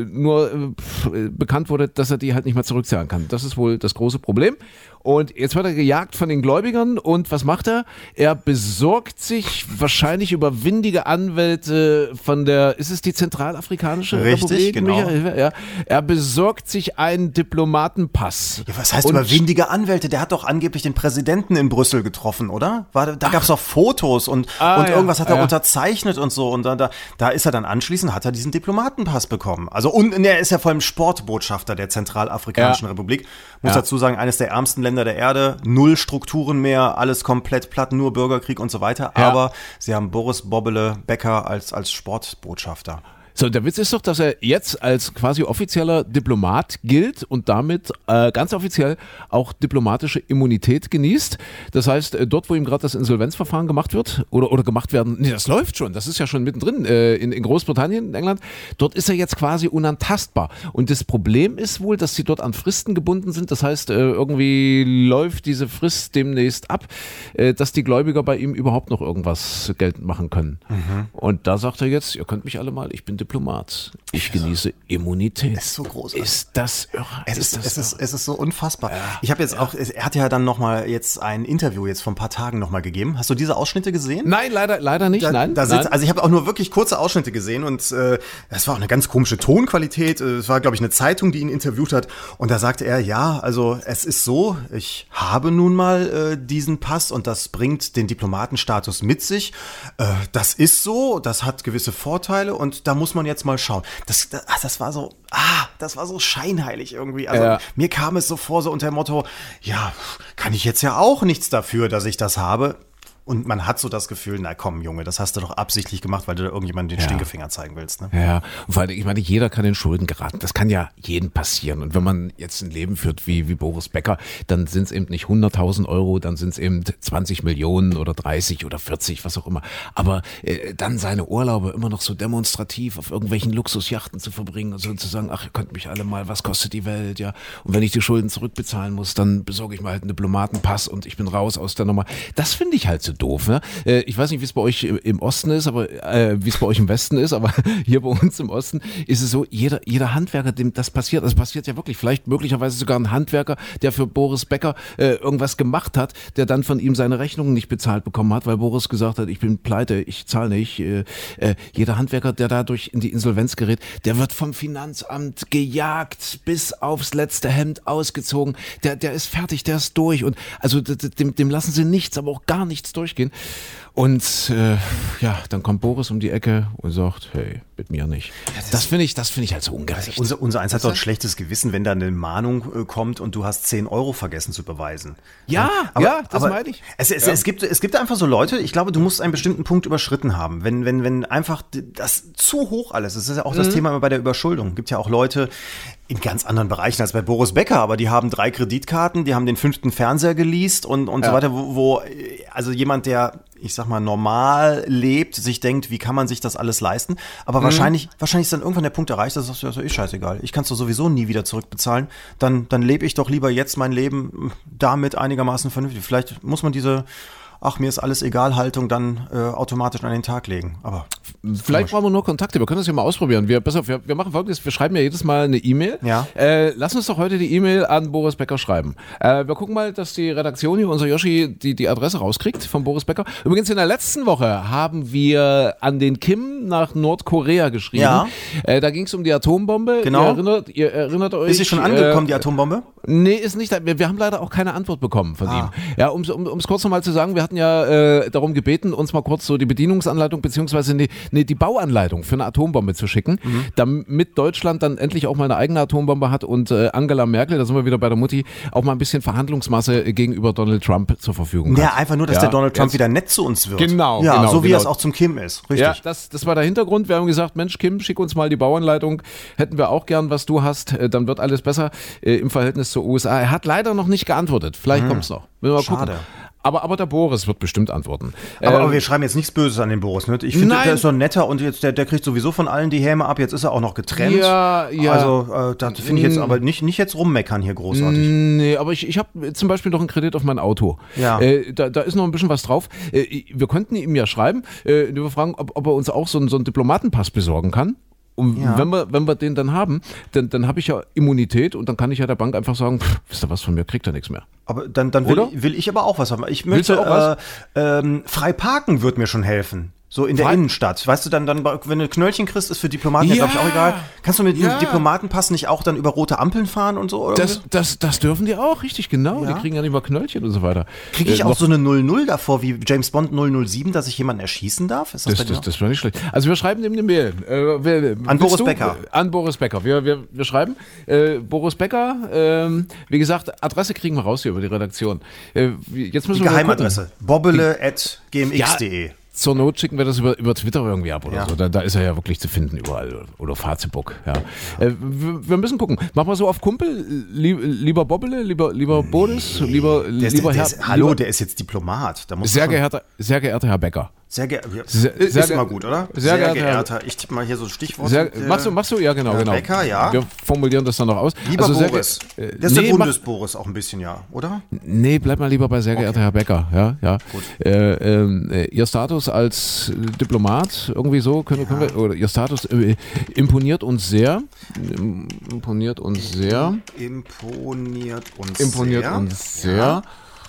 Nur bekannt wurde, dass er die halt nicht mehr zurückzahlen kann. Das ist wohl das große Problem. Und jetzt wird er gejagt von den Gläubigern. Und was macht er? Er besorgt sich wahrscheinlich über windige Anwälte von ist es die Zentralafrikanische Republik? Genau. Ja. Er besorgt sich einen Diplomatenpass. Ja, was heißt über windige Anwälte? Der hat doch angeblich den Präsidenten in Brüssel getroffen, oder? Da gab es doch Fotos und irgendwas hat er unterzeichnet und so. Und da ist er dann anschließend, hat er diesen Diplomatenpass bekommen. Also und er ist ja vor allem Sportbotschafter der Zentralafrikanischen Republik. Muss dazu sagen, eines der ärmsten Länder der Erde, 0 Strukturen mehr, alles komplett platt, nur Bürgerkrieg und so weiter. Ja. Aber sie haben Boris Bobbele Becker als Sportbotschafter. So, der Witz ist doch, dass er jetzt als quasi offizieller Diplomat gilt und damit ganz offiziell auch diplomatische Immunität genießt. Das heißt, dort, wo ihm gerade das Insolvenzverfahren gemacht wird oder gemacht werden, das läuft schon, das ist ja schon mittendrin in Großbritannien, in England, dort ist er jetzt quasi unantastbar. Und das Problem ist wohl, dass sie dort an Fristen gebunden sind. Das heißt, irgendwie läuft diese Frist demnächst ab, dass die Gläubiger bei ihm überhaupt noch irgendwas geltend machen können. Und da sagt er jetzt, ihr könnt mich alle mal, ich bin Diplomat. Ich genieße Immunität. Ist so großartig. Ist das irre? Es ist so unfassbar. Ja. Ich habe jetzt auch, er hat ja dann nochmal jetzt ein Interview jetzt vor ein paar Tagen nochmal gegeben. Hast du diese Ausschnitte gesehen? Nein, leider nicht. Nein. Also ich habe auch nur wirklich kurze Ausschnitte gesehen und es war auch eine ganz komische Tonqualität. Es war, glaube ich, eine Zeitung, die ihn interviewt hat. Und da sagte er, ja, also es ist so, ich habe nun mal diesen Pass und das bringt den Diplomatenstatus mit sich. Das ist so, das hat gewisse Vorteile und da muss man jetzt mal schauen. Das war so scheinheilig irgendwie. Also mir kam es so vor, so unter dem Motto, ja, kann ich jetzt ja auch nichts dafür, dass ich das habe. Und man hat so das Gefühl, na komm, Junge, das hast du doch absichtlich gemacht, weil du da irgendjemandem den Stinkefinger zeigen willst. Ne? Ja, weil ich meine, jeder kann in Schulden geraten. Das kann ja jedem passieren. Und wenn man jetzt ein Leben führt wie Boris Becker, dann sind es eben nicht 100.000 Euro, dann sind es eben 20 Millionen oder 30 oder 40, was auch immer. Aber dann seine Urlaube immer noch so demonstrativ auf irgendwelchen Luxusjachten zu verbringen und so zu sagen, ach, ihr könnt mich alle mal, was kostet die Welt, ja. Und wenn ich die Schulden zurückbezahlen muss, dann besorge ich mal halt einen Diplomatenpass und ich bin raus aus der Nummer. Das finde ich halt so doof. Ne? Ich weiß nicht, wie es bei euch im Osten ist, aber wie es bei euch im Westen ist, aber hier bei uns im Osten ist es so, jeder Handwerker, dem das passiert ja wirklich, vielleicht möglicherweise sogar ein Handwerker, der für Boris Becker irgendwas gemacht hat, der dann von ihm seine Rechnungen nicht bezahlt bekommen hat, weil Boris gesagt hat, ich bin pleite, ich zahle nicht. Jeder Handwerker, der dadurch in die Insolvenz gerät, der wird vom Finanzamt gejagt, bis aufs letzte Hemd ausgezogen, der ist fertig, der ist durch und also dem lassen sie nichts, aber auch gar nichts durchgehen. Und dann kommt Boris um die Ecke und sagt, hey, mit mir nicht. Das finde ich halt so ungerecht. Unser Eins hat doch ein schlechtes Gewissen, wenn da eine Mahnung kommt und du hast 10 Euro vergessen zu beweisen. Ja, das meine ich. Es gibt einfach so Leute, ich glaube, du musst einen bestimmten Punkt überschritten haben. Wenn einfach das zu hoch alles ist, das ist ja auch das Thema bei der Überschuldung. Es gibt ja auch Leute in ganz anderen Bereichen als bei Boris Becker, aber die haben 3 Kreditkarten, die haben den 5. Fernseher geleast und so weiter, wo also jemand, der, ich sag mal, normal lebt, sich denkt, wie kann man sich das alles leisten? Aber wahrscheinlich ist dann irgendwann der Punkt erreicht, dass du sagst, ja, ist scheißegal. Ich kann es doch sowieso nie wieder zurückbezahlen. Dann lebe ich doch lieber jetzt mein Leben damit einigermaßen vernünftig. Vielleicht muss man diese mir ist alles egal, Haltung dann automatisch an den Tag legen. Aber vielleicht brauchen wir nur Kontakte. Wir können das ja mal ausprobieren. Wir machen Folgendes. Wir schreiben ja jedes Mal eine E-Mail. Ja. Lass uns doch heute die E-Mail an Boris Becker schreiben. Wir gucken mal, dass die Redaktion hier, unser Yoshi, die Adresse rauskriegt von Boris Becker. Übrigens in der letzten Woche haben wir an den Kim nach Nordkorea geschrieben. Ja. Da ging es um die Atombombe. Genau. Ihr erinnert euch. Ist sie schon angekommen, die Atombombe? Nee, ist nicht. Wir haben leider auch keine Antwort bekommen von ihm. Ja, um es kurz nochmal zu sagen, wir hatten ja darum gebeten, uns mal kurz so die Bedienungsanleitung beziehungsweise die Bauanleitung für eine Atombombe zu schicken, damit Deutschland dann endlich auch mal eine eigene Atombombe hat und Angela Merkel, da sind wir wieder bei der Mutti, auch mal ein bisschen Verhandlungsmasse gegenüber Donald Trump zur Verfügung hat. Ja, einfach nur, dass der Donald Trump wieder nett zu uns wird. Genau. Ja, genau, so wie genau. es auch zum Kim ist. Richtig. Ja, das war der Hintergrund. Wir haben gesagt, Mensch, Kim, schick uns mal die Bauanleitung. Hätten wir auch gern, was du hast. Dann wird alles besser im Verhältnis zur USA. Er hat leider noch nicht geantwortet. Vielleicht kommt es noch. Müssen wir mal Schade. gucken. Aber der Boris wird bestimmt antworten. Aber wir schreiben jetzt nichts Böses an den Boris. Ne? Ich finde, der ist so netter und jetzt der kriegt sowieso von allen die Häme ab. Jetzt ist er auch noch getrennt. Ja. Also da finde ich jetzt aber nicht jetzt rummeckern hier großartig. Nee, aber ich habe zum Beispiel noch einen Kredit auf mein Auto. Ja. Da ist noch ein bisschen was drauf. Wir könnten ihm ja schreiben, wir fragen, ob er uns auch so einen Diplomatenpass besorgen kann. Und wenn wir den dann haben, dann habe ich ja Immunität und dann kann ich ja der Bank einfach sagen, wisst ihr was, von mir kriegt er nichts mehr. Aber dann will ich aber auch was haben. Ich möchte frei parken wird mir schon helfen. So in der Innenstadt. Weißt du, dann, wenn du Knöllchen kriegst, ist für Diplomaten ja, glaube ich, auch egal. Kannst du mit dem Diplomatenpass nicht auch dann über rote Ampeln fahren und so? Oder das dürfen die auch, richtig, genau. Ja. Die kriegen ja nicht mal Knöllchen und so weiter. Kriege ich auch so eine 00 davor, wie James Bond 007, dass ich jemanden erschießen darf? Ist das war nicht schlecht. Also wir schreiben ihm eine Mail. An Boris Becker. An Boris Becker. Wir schreiben. Boris Becker, wie gesagt, Adresse kriegen wir raus hier über die Redaktion. Jetzt müssen die Geheimadresse. bobbele@gmx.de. Zur Not schicken wir das über Twitter irgendwie ab oder so. Da ist er ja wirklich zu finden überall. Oder Facebook. Ja. Wir müssen gucken. Machen wir so auf Kumpel? Lieber Bobbele? Lieber Boris? Lieber Herr... Hallo, der ist jetzt Diplomat. Da sehr geehrter Herr Becker. Sehr ist immer gut, oder? Sehr geehrter. Ich tippe mal hier so ein Stichwort. Machst du? Ja, genau. Becker, ja. Wir formulieren das dann noch aus. Lieber Boris. Der ist der Bundesboris auch ein bisschen, ja, oder? Nee, bleib mal lieber bei sehr geehrter Herr Becker. Ja. Gut. Ihr Status als Diplomat, irgendwie so, können wir, oder Ihr Status imponiert uns sehr. Imponiert uns sehr. Ja.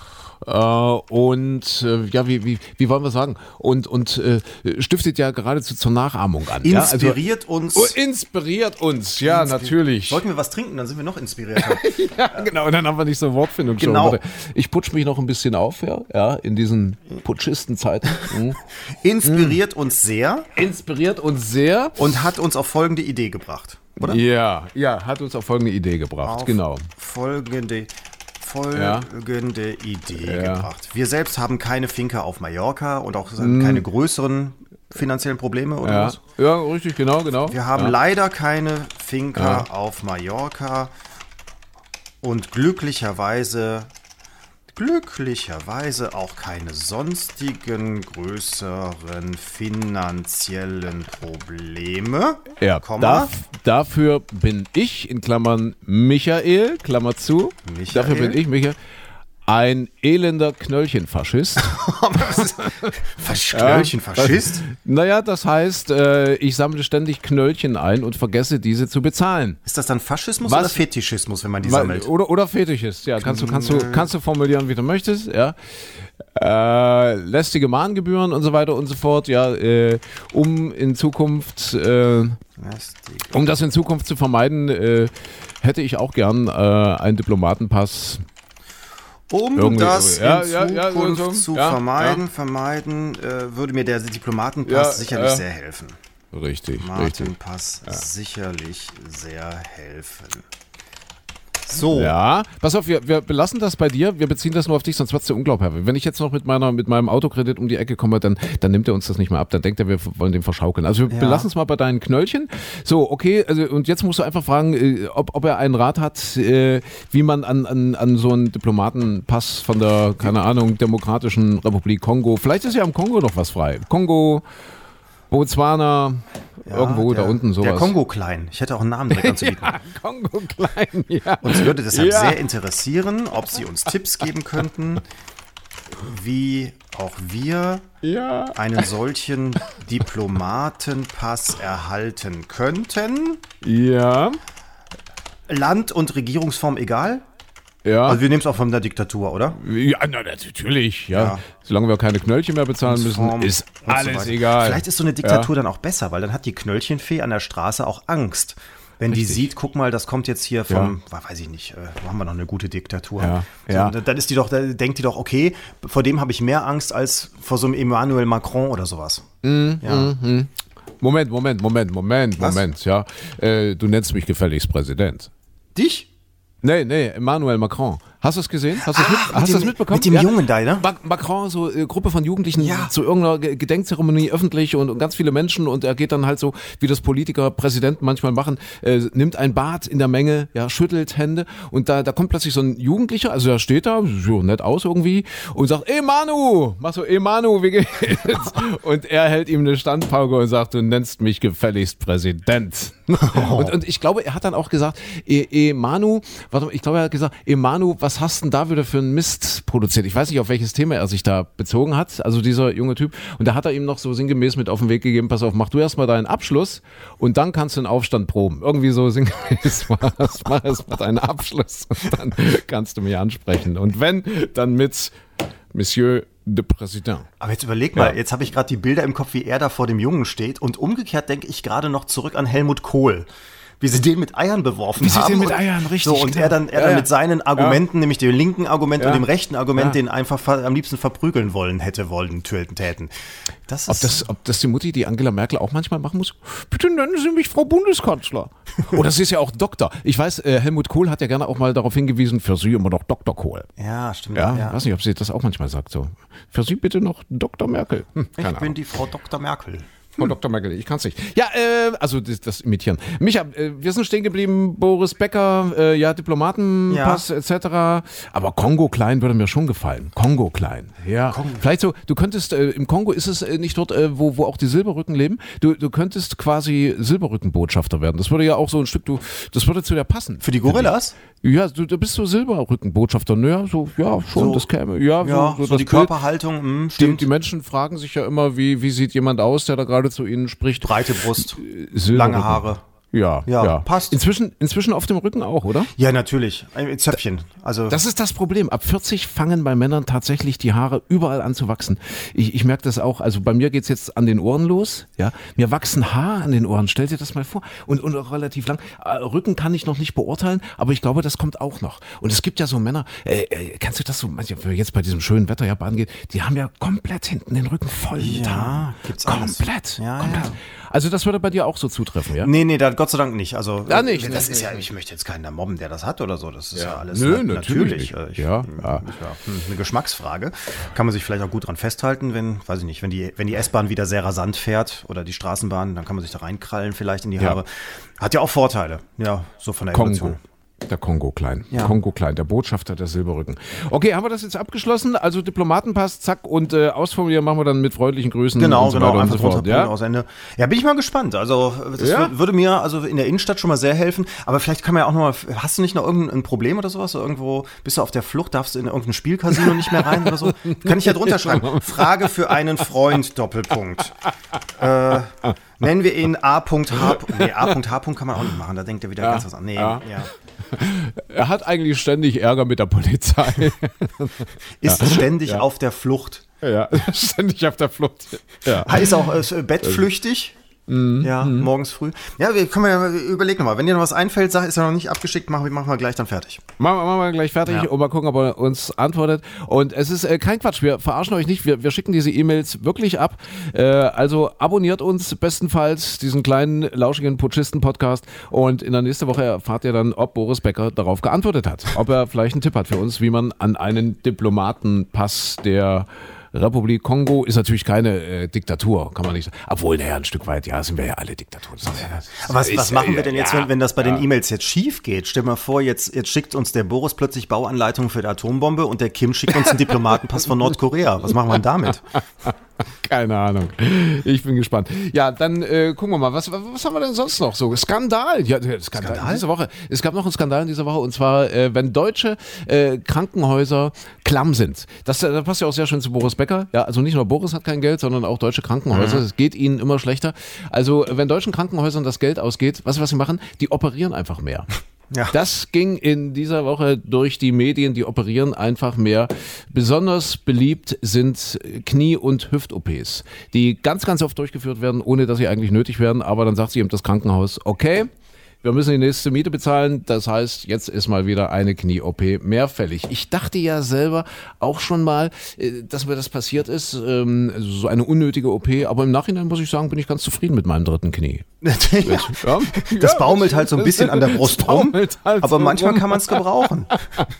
Und wie wollen wir sagen? Und stiftet ja geradezu zur Nachahmung an. Inspiriert uns. Inspiriert uns, ja, natürlich. Sollten wir was trinken, dann sind wir noch inspirierter. Ja, genau, und dann haben wir nicht so Wortfindung. Genau. Schon. Ich putsch mich noch ein bisschen auf, ja, in diesen Putschistenzeiten. Inspiriert uns sehr. Und hat uns auf folgende Idee gebracht, oder? Ja, hat uns auf folgende Idee gebracht, genau. Folgende Idee gebracht. Wir selbst haben keine Finca auf Mallorca und auch keine größeren finanziellen Probleme oder was? Ja, richtig, genau. Wir haben leider keine Finca auf Mallorca und glücklicherweise auch keine sonstigen größeren finanziellen Probleme. Ja, dafür bin ich, in Klammern Michael, Klammer zu, dafür bin ich, Michael, ein elender Knöllchenfaschist. Knöllchenfaschist? Naja, das heißt, ich sammle ständig Knöllchen ein und vergesse, diese zu bezahlen. Ist das dann Faschismus oder Fetischismus, wenn man die sammelt? Oder Fetischist, ja. Kannst du formulieren, wie du möchtest, ja. Lästige Mahngebühren und so weiter und so fort, ja, um in Zukunft, um das in Zukunft zu vermeiden, hätte ich auch gern einen Diplomatenpass. Um das in Zukunft zu vermeiden, würde mir der Diplomatenpass sicherlich sehr helfen. Richtig. Diplomatenpass sicherlich sehr helfen. So. Ja, pass auf, wir belassen das bei dir, wir beziehen das nur auf dich, sonst wird es dir unglaubhaft. Wenn ich jetzt noch mit meinem Autokredit um die Ecke komme, dann nimmt er uns das nicht mehr ab, dann denkt er, wir wollen den verschaukeln. Also wir belassen es mal bei deinen Knöllchen. So, okay, also, und jetzt musst du einfach fragen, ob er einen Rat hat, wie man an so einen Diplomatenpass von der, keine Ahnung, Demokratischen Republik Kongo, vielleicht ist ja am Kongo noch was frei. Kongo, Botswana, irgendwo da unten sowas. Der Kongo-Klein. Ich hätte auch einen Namen direkt anzubieten. Ja, Kongo-Klein, ja. Uns würde deshalb sehr interessieren, ob Sie uns Tipps geben könnten, wie auch wir einen solchen Diplomatenpass erhalten könnten. Ja. Land und Regierungsform egal? Ja. Also wir nehmen es auch von der Diktatur, oder? Ja, natürlich, ja. Solange wir keine Knöllchen mehr bezahlen müssen, ist alles so egal. Vielleicht ist so eine Diktatur dann auch besser, weil dann hat die Knöllchenfee an der Straße auch Angst. Wenn die sieht, guck mal, das kommt jetzt hier vom, weiß ich nicht, haben wir noch eine gute Diktatur. Ja. So, dann ist denkt die doch, okay, vor dem habe ich mehr Angst als vor so einem Emmanuel Macron oder sowas. Moment, ja. Du nennst mich gefälligst Präsident. Dich? Nee, Emmanuel Macron. Hast du es gesehen? Hast du das mitbekommen? Mit dem Jungen da, ne? Macron, so Gruppe von Jugendlichen zu irgendeiner Gedenkzeremonie öffentlich und ganz viele Menschen und er geht dann halt so, wie das Politiker, Präsidenten manchmal machen, nimmt ein Bad in der Menge, schüttelt Hände und da kommt plötzlich so ein Jugendlicher, also der steht da, sieht nett aus irgendwie und sagt, Manu, wie geht's? Und er hält ihm eine Standpauke und sagt, du nennst mich gefälligst Präsident. Und ich glaube, er hat dann auch gesagt, Manu, er hat gesagt, Manu, was hast denn da wieder für einen Mist produziert? Ich weiß nicht, auf welches Thema er sich da bezogen hat, also dieser junge Typ. Und da hat er ihm noch so sinngemäß mit auf den Weg gegeben, pass auf, mach du erstmal deinen Abschluss und dann kannst du den Aufstand proben. Irgendwie so sinngemäß, mach erstmal deinen Abschluss und dann kannst du mich ansprechen. Und wenn, dann mit Monsieur de Président. Aber jetzt überleg mal, jetzt habe ich gerade die Bilder im Kopf, wie er da vor dem Jungen steht und umgekehrt denke ich gerade noch zurück an Helmut Kohl. Wie sie den mit Eiern beworfen haben. Wie sie den mit Eiern, richtig. So, und er dann mit seinen Argumenten, nämlich dem linken Argument und dem rechten Argument, den einfach am liebsten verprügeln täten. Ob das die Mutti, die Angela Merkel, auch manchmal machen muss? Bitte nennen Sie mich Frau Bundeskanzler. Oder sie ist ja auch Doktor. Ich weiß, Helmut Kohl hat ja gerne auch mal darauf hingewiesen, für Sie immer noch Dr. Kohl. Ja, stimmt. Ja, weiß nicht, ob sie das auch manchmal sagt. So. Für Sie bitte noch Dr. Merkel. Ich bin die Frau Dr. Merkel. Frau Dr. Merkel, ich kann es nicht. Ja, also das Imitieren. Micha, wir sind stehen geblieben, Boris Becker, Diplomatenpass etc. Aber Kongo-Klein würde mir schon gefallen. Kongo-Klein. Ja. Vielleicht so, du könntest, im Kongo ist es nicht dort, wo auch die Silberrücken leben. Du könntest quasi Silberrückenbotschafter werden. Das würde ja auch so ein Stück, das würde zu dir passen. Für die Gorillas? Ja, du bist so Silberrückenbotschafter. Naja, schon, so, das käme. Ja, so das die Körperhaltung, stimmt. Die Menschen fragen sich ja immer, wie sieht jemand aus, der da gerade zu ihnen spricht. Breite Brust, lange Haare. Ja, passt. Inzwischen auf dem Rücken auch, oder? Ja, natürlich. Ein Zöpfchen. Also das ist das Problem. Ab 40 fangen bei Männern tatsächlich die Haare überall an zu wachsen. Ich merke das auch. Also bei mir geht's jetzt an den Ohren los. Ja, mir wachsen Haare an den Ohren. Stell dir das mal vor. Und auch relativ lang. Rücken kann ich noch nicht beurteilen, aber ich glaube, das kommt auch noch. Und es gibt ja so Männer, kannst du das so, jetzt bei diesem schönen Wetter baden geht, die haben ja komplett hinten den Rücken voll mit Haaren. Gibt's komplett. Ja. Also das würde bei dir auch so zutreffen, ja? Nee, Gott sei Dank nicht. Also nicht. Das ist ja, ich möchte jetzt keinen da mobben, der das hat oder so. Das ist ja alles natürlich. Eine Geschmacksfrage. Kann man sich vielleicht auch gut dran festhalten, wenn die S-Bahn wieder sehr rasant fährt oder die Straßenbahn, dann kann man sich da reinkrallen vielleicht in die Haare. Hat ja auch Vorteile. Ja, so von der Evolution. Der Kongo-Klein. Kongo-Klein, der Botschafter der Silberrücken. Okay, haben wir das jetzt abgeschlossen? Also Diplomatenpass, zack, und ausformulieren machen wir dann mit freundlichen Grüßen. Genau, so weiter einfach und so fort. Ja? Aus Ende. Ja, bin ich mal gespannt. Also das würde mir also in der Innenstadt schon mal sehr helfen. Aber vielleicht kann man ja auch noch mal, hast du nicht noch irgendein Problem oder sowas? Irgendwo bist du auf der Flucht, darfst du in irgendein Spielcasino nicht mehr rein oder so? Kann ich ja drunter schreiben. Frage für einen Freund, Doppelpunkt. Nennen wir ihn A.H. Nee, A.H. kann man auch nicht machen. Da denkt er wieder ganz was an. Nee, Er hat eigentlich ständig Ärger mit der Polizei. Ist ständig auf der Flucht. Ja, ständig auf der Flucht. Ja. Ist auch bettflüchtig. Morgens früh. Ja, wir können ja überlegen nochmal. Wenn dir noch was einfällt, ist ja noch nicht abgeschickt, machen wir gleich dann fertig. Machen wir gleich fertig und mal gucken, ob er uns antwortet. Und es ist kein Quatsch, wir verarschen euch nicht, wir schicken diese E-Mails wirklich ab. Also abonniert uns bestenfalls, diesen kleinen, lauschigen Putschisten-Podcast, und in der nächsten Woche erfahrt ihr dann, ob Boris Becker darauf geantwortet hat. Ob er vielleicht einen Tipp hat für uns, wie man an einen Diplomatenpass der Republik Kongo, ist natürlich keine Diktatur, kann man nicht sagen. Obwohl, ein Stück weit, sind wir ja alle Diktaturen. Was machen wir denn jetzt, wenn das bei den E-Mails jetzt schief geht? Stell dir mal vor, jetzt schickt uns der Boris plötzlich Bauanleitungen für die Atombombe und der Kim schickt uns einen Diplomatenpass von Nordkorea. Was machen wir denn damit? Keine Ahnung. Ich bin gespannt. Ja, dann gucken wir mal. Was haben wir denn sonst noch so? Skandal. Ja, Skandal in dieser Woche. Es gab noch einen Skandal in dieser Woche, und zwar, wenn deutsche Krankenhäuser klamm sind. Das passt ja auch sehr schön zu Boris Becker. Ja, also nicht nur Boris hat kein Geld, sondern auch deutsche Krankenhäuser. Es geht ihnen immer schlechter. Also, wenn deutschen Krankenhäusern das Geld ausgeht, was sie machen? Die operieren einfach mehr. Ja. Das ging in dieser Woche durch die Medien, die operieren einfach mehr. Besonders beliebt sind Knie- und Hüft-OPs, die ganz, ganz oft durchgeführt werden, ohne dass sie eigentlich nötig werden. Aber dann sagt sich eben das Krankenhaus, okay, wir müssen die nächste Miete bezahlen. Das heißt, jetzt ist mal wieder eine Knie-OP mehr fällig. Ich dachte ja selber auch schon mal, dass mir das passiert ist, so eine unnötige OP. Aber im Nachhinein muss ich sagen, bin ich ganz zufrieden mit meinem dritten Knie. Das baumelt halt so ein bisschen an der Brust rum, halt aber so manchmal kann man es gebrauchen.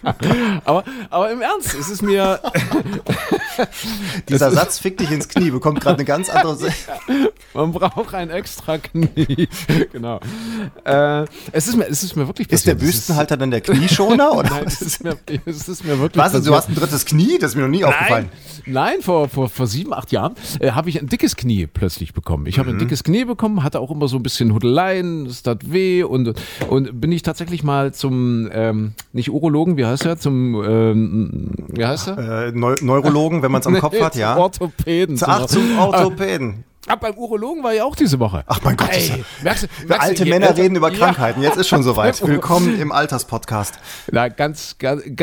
aber im Ernst, es ist mir... Dieser Satz, fick dich ins Knie, bekommt gerade eine ganz andere... Man braucht ein extra Knie. Genau. Es ist mir wirklich passiert. Ist der Büstenhalter dann der Knieschoner? Oder? Nein, es ist mir wirklich passiert. Du hast ein drittes Knie? Das ist mir noch nie aufgefallen. Nein, vor 7, 8 Jahren habe ich ein dickes Knie plötzlich bekommen. Ich habe ein dickes Knie bekommen, hatte auch immer so ein bisschen Hudeleien, es tat weh, und bin ich tatsächlich mal zum, nicht Urologen, wie heißt er? Wie heißt er? Neurologen, wenn man es am Kopf hat, ja. Orthopäden. Zum Orthopäden. Beim Urologen war ich auch diese Woche. Ach mein Gott. Merkst alte Männer reden über Krankheiten. Jetzt ist schon soweit. Willkommen im Alterspodcast. Na, ganz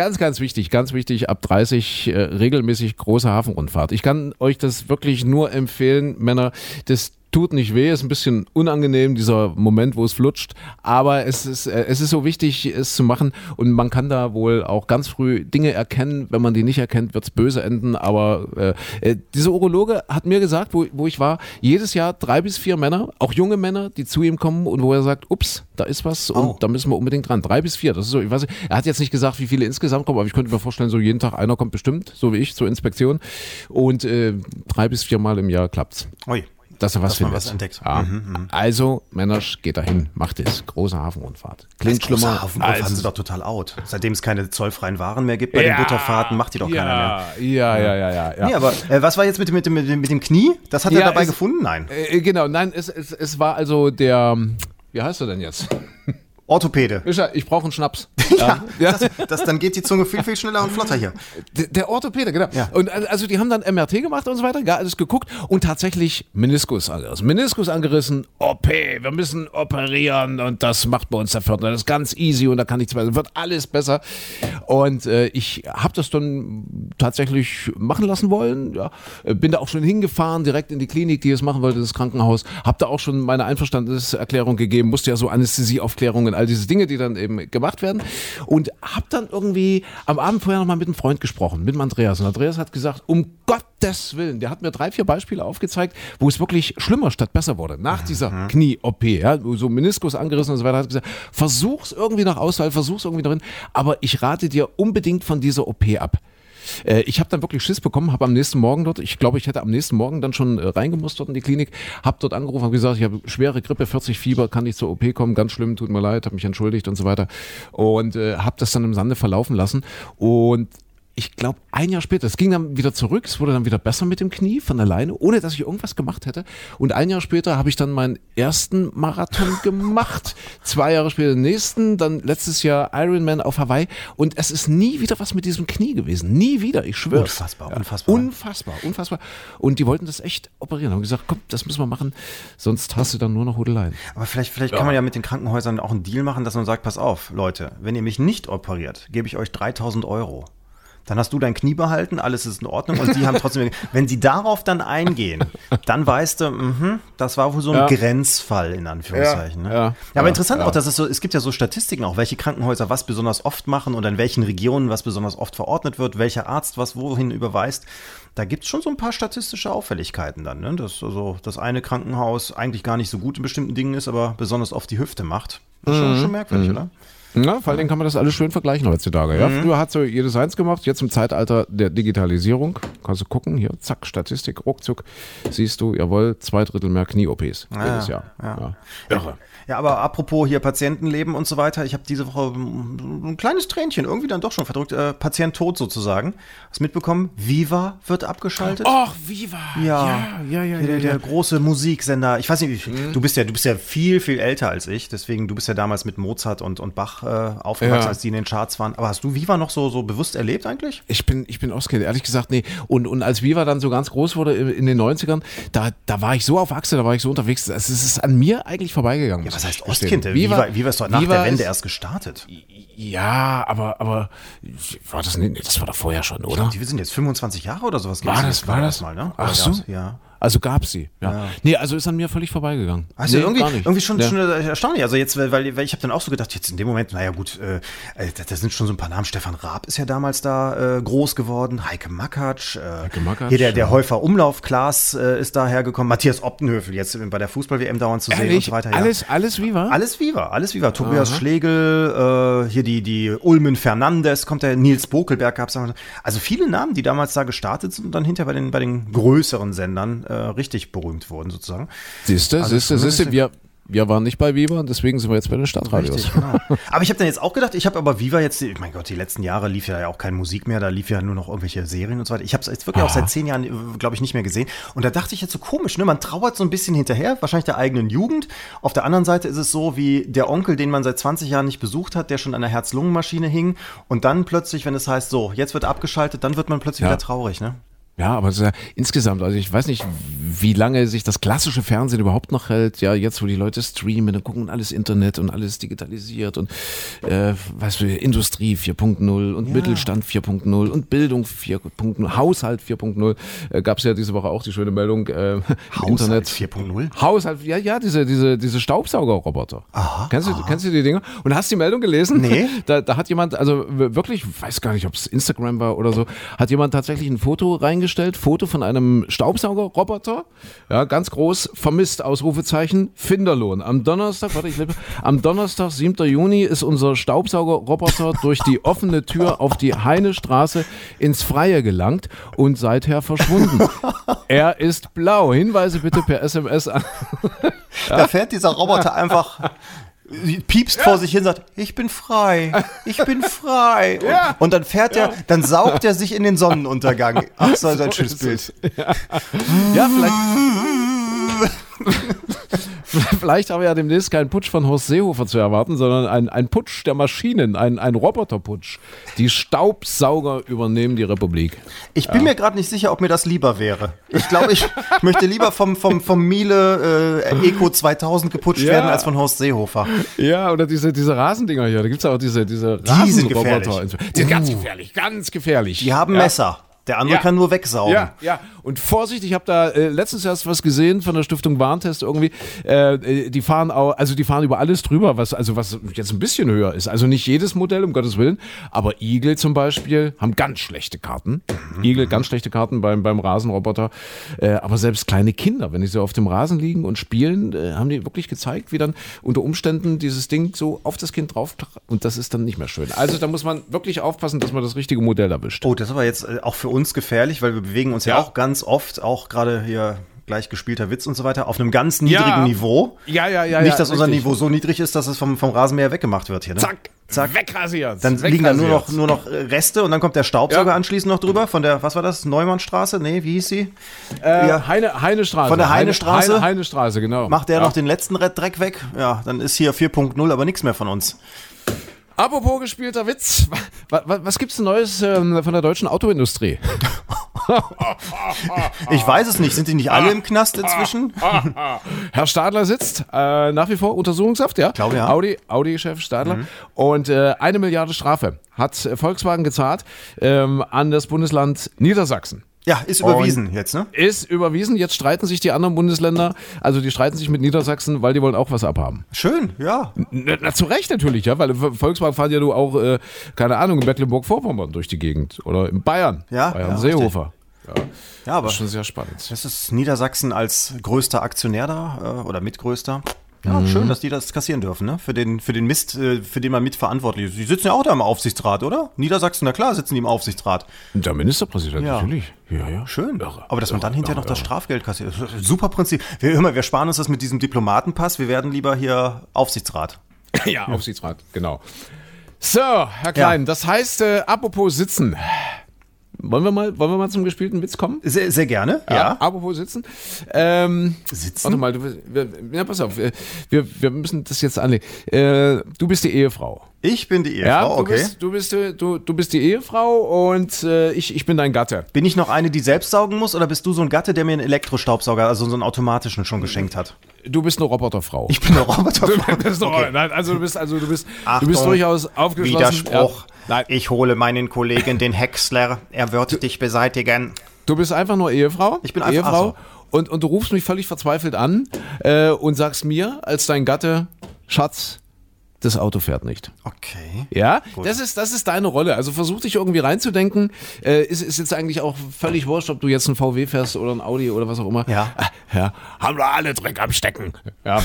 wichtig, ab 30 regelmäßig große Hafenrundfahrt. Ich kann euch das wirklich nur empfehlen, Männer, das tut nicht weh, ist ein bisschen unangenehm, dieser Moment, wo es flutscht, aber es ist so wichtig, es zu machen, und man kann da wohl auch ganz früh Dinge erkennen. Wenn man die nicht erkennt, wird es böse enden, aber dieser Urologe hat mir gesagt, wo ich war, jedes Jahr 3 bis 4 Männer, auch junge Männer, die zu ihm kommen und wo er sagt, ups, da ist was und da müssen wir unbedingt dran. 3 bis 4, das ist so, ich weiß nicht, er hat jetzt nicht gesagt, wie viele insgesamt kommen, aber ich könnte mir vorstellen, so jeden Tag einer kommt bestimmt, so wie ich, zur Inspektion, und 3 bis 4 Mal im Jahr klappt's. Ui. Dass er was findet. Was entdeckt. Ja. Also, Männer, geht dahin, macht es. Große Hafenrundfahrt. Klingt schlimmer. Große Hafenrundfahrt sind doch total out. Seitdem es keine zollfreien Waren mehr gibt bei den Butterfahrten, macht die doch keiner mehr. Ja. Nee, aber was war jetzt mit dem Knie? Das hat er dabei gefunden? Nein. Genau, nein, es war also der, wie heißt er denn jetzt? Orthopäde. Ich brauche einen Schnaps. Dann geht die Zunge viel, viel schneller und flotter hier. Der Orthopäde, genau. Ja. Und also die haben dann MRT gemacht und so weiter, alles geguckt und tatsächlich Meniskus angerissen. OP, wir müssen operieren und das macht bei uns der Pförtner. Das ist ganz easy und da kann nichts mehr, wird alles besser. Und ich habe das dann tatsächlich machen lassen wollen. Ja. Bin da auch schon hingefahren, direkt in die Klinik, die es machen wollte, das Krankenhaus. Habe da auch schon meine Einverstandeserklärung gegeben, musste ja so Anästhesieaufklärungen, all diese Dinge, die dann eben gemacht werden. Und habe dann irgendwie am Abend vorher noch mal mit einem Freund gesprochen, mit dem Andreas. Und Andreas hat gesagt, um Gottes Willen, der hat mir 3, 4 Beispiele aufgezeigt, wo es wirklich schlimmer statt besser wurde. Nach dieser Knie-OP, ja, so Meniskus angerissen und so weiter, hat gesagt, versuch's irgendwie nach Auswahl, versuch's irgendwie darin, aber ich rate dir unbedingt von dieser OP ab. Ich habe dann wirklich Schiss bekommen, habe am nächsten Morgen dort, ich glaube, ich hätte am nächsten Morgen dann schon reingemusst dort in die Klinik, habe dort angerufen, habe gesagt, ich habe schwere Grippe, 40 Fieber, kann nicht zur OP kommen, ganz schlimm, tut mir leid, habe mich entschuldigt und so weiter und habe das dann im Sande verlaufen lassen und ich glaube, ein Jahr später, es ging dann wieder zurück, es wurde dann wieder besser mit dem Knie von alleine, ohne dass ich irgendwas gemacht hätte. Und ein Jahr später habe ich dann meinen ersten Marathon gemacht. 2 Jahre später den nächsten, dann letztes Jahr Ironman auf Hawaii. Und es ist nie wieder was mit diesem Knie gewesen. Nie wieder, ich schwöre. Unfassbar. Und die wollten das echt operieren. Haben gesagt, komm, das müssen wir machen, sonst hast du dann nur noch Hudeleien. Aber vielleicht kann man ja mit den Krankenhäusern auch einen Deal machen, dass man sagt, pass auf, Leute, wenn ihr mich nicht operiert, gebe ich euch 3.000 €. Dann hast du dein Knie behalten, alles ist in Ordnung und die haben trotzdem, wenn sie darauf dann eingehen, dann weißt du, das war wohl so ein Grenzfall in Anführungszeichen. Ne? Ja, aber interessant auch, dass es gibt ja so Statistiken auch, welche Krankenhäuser was besonders oft machen und in welchen Regionen was besonders oft verordnet wird, welcher Arzt was wohin überweist. Da gibt es schon so ein paar statistische Auffälligkeiten dann, ne? Dass also das eine Krankenhaus eigentlich gar nicht so gut in bestimmten Dingen ist, aber besonders oft die Hüfte macht. Das ist schon merkwürdig, oder? Ja, vor allen Dingen kann man das alles schön vergleichen heutzutage. Ja? Früher hat so jedes eins gemacht, jetzt im Zeitalter der Digitalisierung, kannst du gucken, hier, zack, Statistik, ruckzuck, siehst du, jawohl, 2/3 mehr Knie-OPs jedes Jahr. Ja. Irre. Ja, aber apropos hier Patientenleben und so weiter, ich habe diese Woche ein kleines Tränchen irgendwie dann doch schon verdrückt, Patient tot sozusagen. Hast mitbekommen, Viva wird abgeschaltet. Och, Viva! Ja. Der große Musiksender, ich weiß nicht, du bist ja viel, viel älter als ich, deswegen, du bist ja damals mit Mozart und Bach aufgewachsen, als die in den Charts waren. Aber hast du Viva noch so bewusst erlebt eigentlich? Ich bin Oscar, ehrlich gesagt, nee. Und als Viva dann so ganz groß wurde in den 90ern, da war ich so auf Achse, da war ich so unterwegs, es ist an mir eigentlich vorbeigegangen. Ja, was heißt Ostkind? Viva ist doch nach der Wende erst gestartet. Ja, aber war das nicht? Das war doch vorher schon, oder? Die sind jetzt 25 Jahre oder sowas. War das mal, ne? Ach so? Ja. Also gab sie, ja. Nee, also ist an mir völlig vorbeigegangen. Also irgendwie schon erstaunlich. Also jetzt, weil ich habe dann auch so gedacht, jetzt in dem Moment, naja gut, da sind schon so ein paar Namen. Stefan Raab ist ja damals da groß geworden. Heike Makatsch. Hier der Häufer Umlauf, Klaas ist da hergekommen. Matthias Optenhöfel, jetzt bei der Fußball-WM dauernd zu sehen und so weiter. Ja. Alles Viva? Alles Viva. Tobias Schlegel, hier die Ulmen Fernandes, kommt der Nils Bokelberg, gab's da. Also viele Namen, die damals da gestartet sind und dann hinterher bei den größeren Sendern richtig berühmt wurden sozusagen. Siehst du, wir waren nicht bei Viva und deswegen sind wir jetzt bei den Stadtradios. Richtig, genau. Aber ich habe dann jetzt auch gedacht, ich habe aber Viva jetzt, mein Gott, die letzten Jahre lief ja auch keine Musik mehr, da lief ja nur noch irgendwelche Serien und so weiter. Ich habe es jetzt wirklich auch seit 10 Jahren, glaube ich, nicht mehr gesehen. Und da dachte ich jetzt so komisch, ne? Man trauert so ein bisschen hinterher, wahrscheinlich der eigenen Jugend. Auf der anderen Seite ist es so wie der Onkel, den man seit 20 Jahren nicht besucht hat, der schon an der Herz-Lungen-Maschine hing. Und dann plötzlich, wenn es heißt, so, jetzt wird abgeschaltet, dann wird man plötzlich wieder traurig, ne? Ja, aber insgesamt, also ich weiß nicht, wie lange sich das klassische Fernsehen überhaupt noch hält. Ja, jetzt, wo die Leute streamen, dann gucken alles Internet und alles digitalisiert und Industrie 4.0 und Mittelstand 4.0 und Bildung 4.0, Haushalt 4.0. Gab es ja diese Woche auch die schöne Meldung. Haushalt 4.0? Haushalt, ja, diese Staubsaugerroboter. Aha. Kennst du die Dinger? Und hast du die Meldung gelesen? Nee. Da hat jemand, also wirklich, weiß gar nicht, ob es Instagram war oder so, hat jemand tatsächlich ein Foto reingestellt, Foto von einem Staubsaugerroboter, ja, ganz groß, vermisst, Ausrufezeichen, Finderlohn. Am Donnerstag, 7. Juni ist unser Staubsaugerroboter durch die offene Tür auf die Heinestraße ins Freie gelangt und seither verschwunden. Er ist blau. Hinweise bitte per SMS an. Da fährt dieser Roboter einfach... piepst vor sich hin, sagt, ich bin frei. Und dann fährt er, dann saugt er sich in den Sonnenuntergang. Ach, so ein schönes Bild. Ja, vielleicht haben wir ja demnächst keinen Putsch von Horst Seehofer zu erwarten, sondern ein Putsch der Maschinen, ein Roboterputsch. Die Staubsauger übernehmen die Republik. Ich bin mir gerade nicht sicher, ob mir das lieber wäre. Ich glaube, ich möchte lieber vom Miele Eco 2000 geputscht werden, als von Horst Seehofer. Ja, oder diese Rasendinger hier. Da gibt es auch diese Rasenroboter. Die sind ganz gefährlich. Die haben Messer. Der andere kann nur wegsaugen. Ja. Und Vorsicht, ich habe da letztens erst was gesehen von der Stiftung Warntest irgendwie. Die fahren über alles drüber, was jetzt ein bisschen höher ist. Also nicht jedes Modell, um Gottes Willen. Aber Igel zum Beispiel haben ganz schlechte Karten. Ganz schlechte Karten beim Rasenroboter. Aber selbst kleine Kinder, wenn die so auf dem Rasen liegen und spielen, haben die wirklich gezeigt, wie dann unter Umständen dieses Ding so auf das Kind drauf. Und das ist dann nicht mehr schön. Also da muss man wirklich aufpassen, dass man das richtige Modell erwischt. Oh, das ist aber jetzt auch für uns gefährlich, weil wir bewegen uns ja auch ganz oft, auch gerade hier gleich gespielter Witz und so weiter, auf einem ganz niedrigen Niveau. Ja. Nicht, dass unser Niveau so niedrig ist, dass es vom Rasenmäher weggemacht wird hier. Ne? Zack, wegrasiert. Dann liegen da nur noch Reste und dann kommt der Staubsauger anschließend noch drüber von der, was war das, Neumannstraße? Nee, wie hieß sie? Heinestraße. Von der Heinestraße? Heinestraße, genau. Macht der noch den letzten Dreck weg? Ja, dann ist hier 4.0, aber nichts mehr von uns. Apropos gespielter Witz, was gibt's denn Neues von der deutschen Autoindustrie? Ich weiß es nicht. Sind die nicht alle im Knast inzwischen? Herr Stadler sitzt nach wie vor Untersuchungshaft, ja? Ich glaube, ja. Audi-Chef Stadler. Und 1 Milliarde Strafe hat Volkswagen gezahlt an das Bundesland Niedersachsen. Ja, ist überwiesen jetzt, ne? Ist überwiesen. Jetzt streiten sich die anderen Bundesländer, also die streiten sich mit Niedersachsen, weil die wollen auch was abhaben. Schön, ja. Na, zu Recht natürlich, ja, weil Volkswagen fahren ja du auch, keine Ahnung, in Mecklenburg-Vorpommern durch die Gegend oder in Bayern. Ja, Bayern-Seehofer. Ja, aber Das ist schon sehr spannend. das ist Niedersachsen als größter Aktionär da oder mitgrößter. Ja, schön, dass die das kassieren dürfen, ne? Für den Mist, für den man mitverantwortlich ist. Die sitzen ja auch da im Aufsichtsrat, oder? Niedersachsen, na klar, sitzen die im Aufsichtsrat. Der Ministerpräsident, Ja. natürlich. Ja. Schön. Irre. Aber dass man dann hinterher noch das irre. Strafgeld kassiert, das ist ein super Prinzip. Wir sparen uns das mit diesem Diplomatenpass, wir werden lieber hier Aufsichtsrat. Ja, Aufsichtsrat, genau. So, Herr Klein, das heißt, apropos sitzen. Wollen wir mal zum gespielten Witz kommen? Sehr, sehr gerne, ja. Apropos sitzen. Sitzen? Warte mal, pass auf, wir müssen das jetzt anlegen. Du bist die Ehefrau. Ich bin die Ehefrau, Ja, okay. Du bist die Ehefrau und ich bin dein Gatte. Bin ich noch eine, die selbst saugen muss, oder bist du so ein Gatte, der mir einen Elektrostaubsauger, also so einen automatischen schon geschenkt hat? Du bist eine Roboterfrau. Ich bin eine Roboterfrau. Okay. Nein, du bist Achtung, durchaus aufgeschlossen. Widerspruch. Ja. Nein, Ich hole meinen Kollegen, den Häcksler. Er wird dich beseitigen. du bist einfach nur Ehefrau. Ich bin einfach- Ehefrau. Und du rufst mich völlig verzweifelt an und sagst mir als dein Gatte, Schatz, das Auto fährt nicht. Okay. Ja, Gut. das ist deine Rolle. Also versuch dich irgendwie reinzudenken. Ist jetzt eigentlich auch völlig wurscht, ob du jetzt ein VW fährst oder ein Audi oder was auch immer. Ja. Ja, haben wir alle Dreck am Stecken. Ja.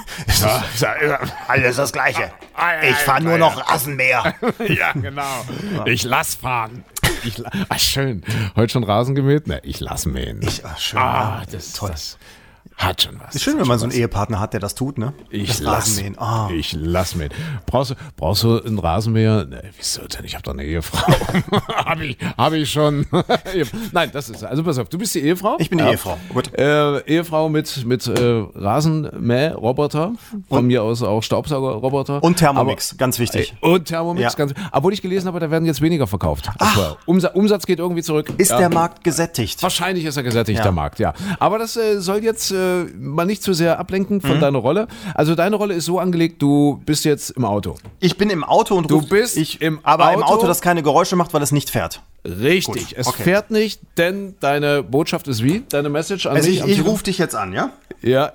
Alles das Gleiche. Ich fahre nur noch Rasenmäher. Ja, genau. Ich lass fahren. Schön. Heute schon Rasen gemäht? Ne, ich lass mähen. Schön. Ja. Toll. Das hat schon was. Ist schön, wenn man so einen Ehepartner hat, der das tut, ne? Ich das lass Rasenmähen. Ah. Ich lass mähen. Brauchst du einen Rasenmäher? Ne, wieso denn? Ich habe doch eine Ehefrau. hab ich schon. Nein, das ist, also pass auf, du bist die Ehefrau. Ich bin die Ehefrau. Gut. Ehefrau mit Rasenmäherroboter. Von mir aus auch Staubsaugerroboter. Und Thermomix, ganz wichtig. Und Thermomix, Ja. obwohl ich gelesen habe, da werden jetzt weniger verkauft. Also, Umsatz geht irgendwie zurück. Ist der Markt gesättigt? Wahrscheinlich ist er gesättigt, Ja. der Markt, ja. Aber das soll jetzt mal nicht zu sehr ablenken von deiner Rolle. Also deine Rolle ist so angelegt, du bist jetzt im Auto. Ich bin im Auto und Du bist im Auto, das keine Geräusche macht, weil es nicht fährt. Richtig, Gut, es okay. fährt nicht, denn deine Botschaft ist wie? Deine Message an Also mich? am ich Telefon? rufe dich jetzt an, ja? Ja.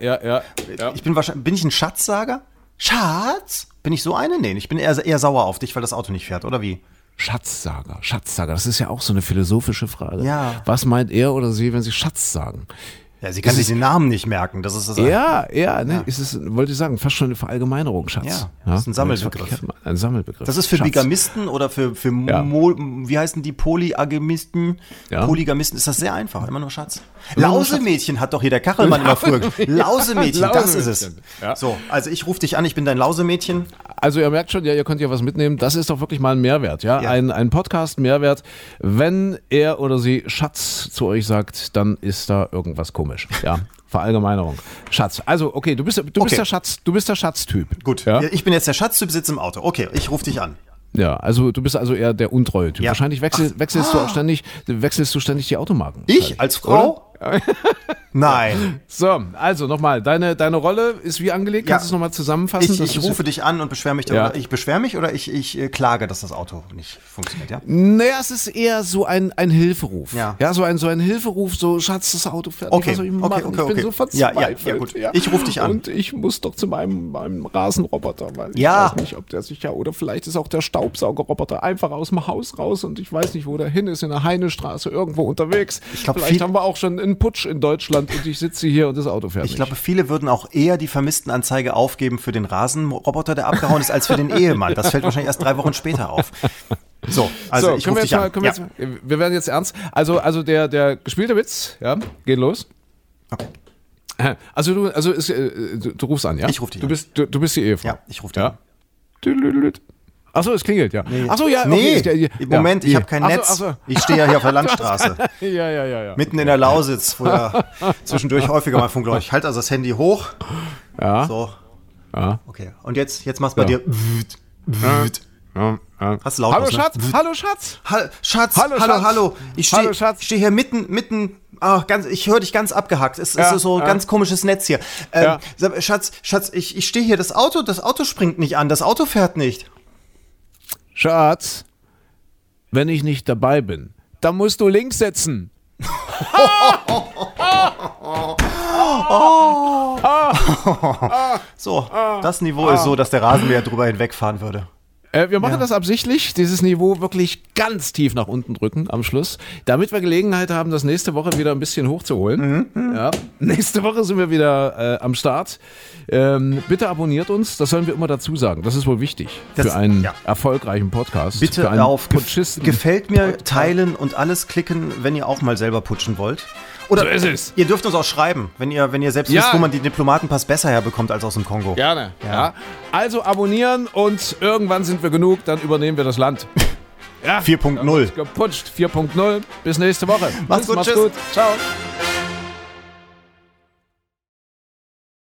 Bin ich ein Schatzsager? Schatz? Bin ich so eine? Nee, ich bin eher sauer auf dich, weil das Auto nicht fährt, oder wie? Schatzsager, das ist ja auch so eine philosophische Frage. Ja. Was meint er oder sie, wenn sie Schatz sagen? Ja, sie kann sich den Namen nicht merken, das ist das. Ne? Ist es, wollte ich sagen, fast schon eine Verallgemeinerung, Schatz. Ja, das ist ein Sammelbegriff. Ein Sammelbegriff. Das ist für Schatz. Bigamisten oder für Ja. wie heißen die Polygamisten? Ja. Polygamisten ist das sehr einfach, immer nur Schatz. Lausemädchen hat doch hier der Kachelmann immer früher. Lausemädchen, das ist es. Ja. So, also ich rufe dich an, ich bin dein Lausemädchen. Also ihr merkt schon, ja, ihr könnt ja was mitnehmen. Das ist doch wirklich mal ein Mehrwert, ja? Ja. Ein Podcast-Mehrwert. Wenn er oder sie Schatz zu euch sagt, dann ist da irgendwas komisch, ja? Verallgemeinerung. Schatz. Also, okay, du bist der Schatz, du bist der Schatztyp. Gut, Ja? ich bin jetzt der Schatztyp, sitze im Auto. Okay, ich rufe dich an. Ja, also du bist also eher der untreue Typ. Ja. Wahrscheinlich wechselst du ständig die Automarken. Ich als Frau? Nein. So, also nochmal, deine Rolle ist wie angelegt, Ja. kannst du es nochmal zusammenfassen? Ich Das ist- rufe dich an und beschwere mich Ja. darüber. Ich beschwere mich oder ich klage, dass das Auto nicht funktioniert, ja? Naja, es ist eher so ein Hilferuf. Ja. So ein Hilferuf, so Schatz, das Auto fährt Okay, nicht, was soll ich okay, machen? okay, Ich bin okay. so verzweifelt. Ja, gut. Ich ruf dich an. Und ich muss doch zu meinem Rasenroboter, weil ich Ja. weiß nicht, ob der sich oder vielleicht ist auch der Staubsaugerroboter einfach aus dem Haus raus und ich weiß nicht, wo der hin ist, in der Heinestraße, irgendwo unterwegs. Ich glaub, vielleicht viel- haben wir auch schon einen Putsch in Deutschland und ich sitze hier und das Auto fährt Ich nicht. glaube, viele würden auch eher die Vermisstenanzeige aufgeben für den Rasenroboter, der abgehauen ist, als für den Ehemann. Das fällt wahrscheinlich erst 3 Wochen später auf. So, also ich können rufe wir dich jetzt an. mal, wir werden jetzt ernst. Also der gespielte Witz, ja, geht los. Okay. Also du rufst an, ja? Ich ruf dich an. Du bist die Ehefrau. Ja, ich ruf dich ja. an. Achso, es klingelt, ja. Achso, ja. Nee, okay, Moment, ich habe kein Ach so, Netz. ach so. Ich stehe ja hier auf der Landstraße. Ja. Mitten in der Lausitz, wo ja zwischendurch häufiger mal Funk läuft. Ich halte also das Handy hoch. Ja. So, Ja. okay. Und jetzt machst du bei dir. Hast du laut Hallo was, ne? Schatz, hallo Schatz. Schatz, Hallo, Schatz. hallo. Ich Hallo, Schatz. steh hier mitten. Ich höre dich ganz abgehackt. Es ist so ein ganz komisches Netz hier. Schatz, ich stehe hier. Das Auto springt nicht an. Das Auto fährt nicht. Schatz, wenn ich nicht dabei bin, dann musst du links setzen. So, das Niveau ist so, dass der Rasenmäher drüber hinwegfahren würde. Wir machen das absichtlich, dieses Niveau wirklich ganz tief nach unten drücken am Schluss, damit wir Gelegenheit haben, das nächste Woche wieder ein bisschen hochzuholen. Ja. Nächste Woche sind wir wieder am Start. Bitte abonniert uns, das sollen wir immer dazu sagen. Das ist wohl wichtig für einen erfolgreichen Podcast. Bitte für einen auf Putschisten. Gefällt mir, teilen und alles klicken, wenn ihr auch mal selber putschen wollt. Oder so ist es. Ihr dürft uns auch schreiben, wenn ihr selbst wisst, wo man die Diplomatenpass besser herbekommt als aus dem Kongo. Gerne. Ja. Also abonnieren und irgendwann sind wir genug, dann übernehmen wir das Land. Ja, 4.0. Geputscht 4.0. Bis nächste Woche. Macht's gut. Ciao.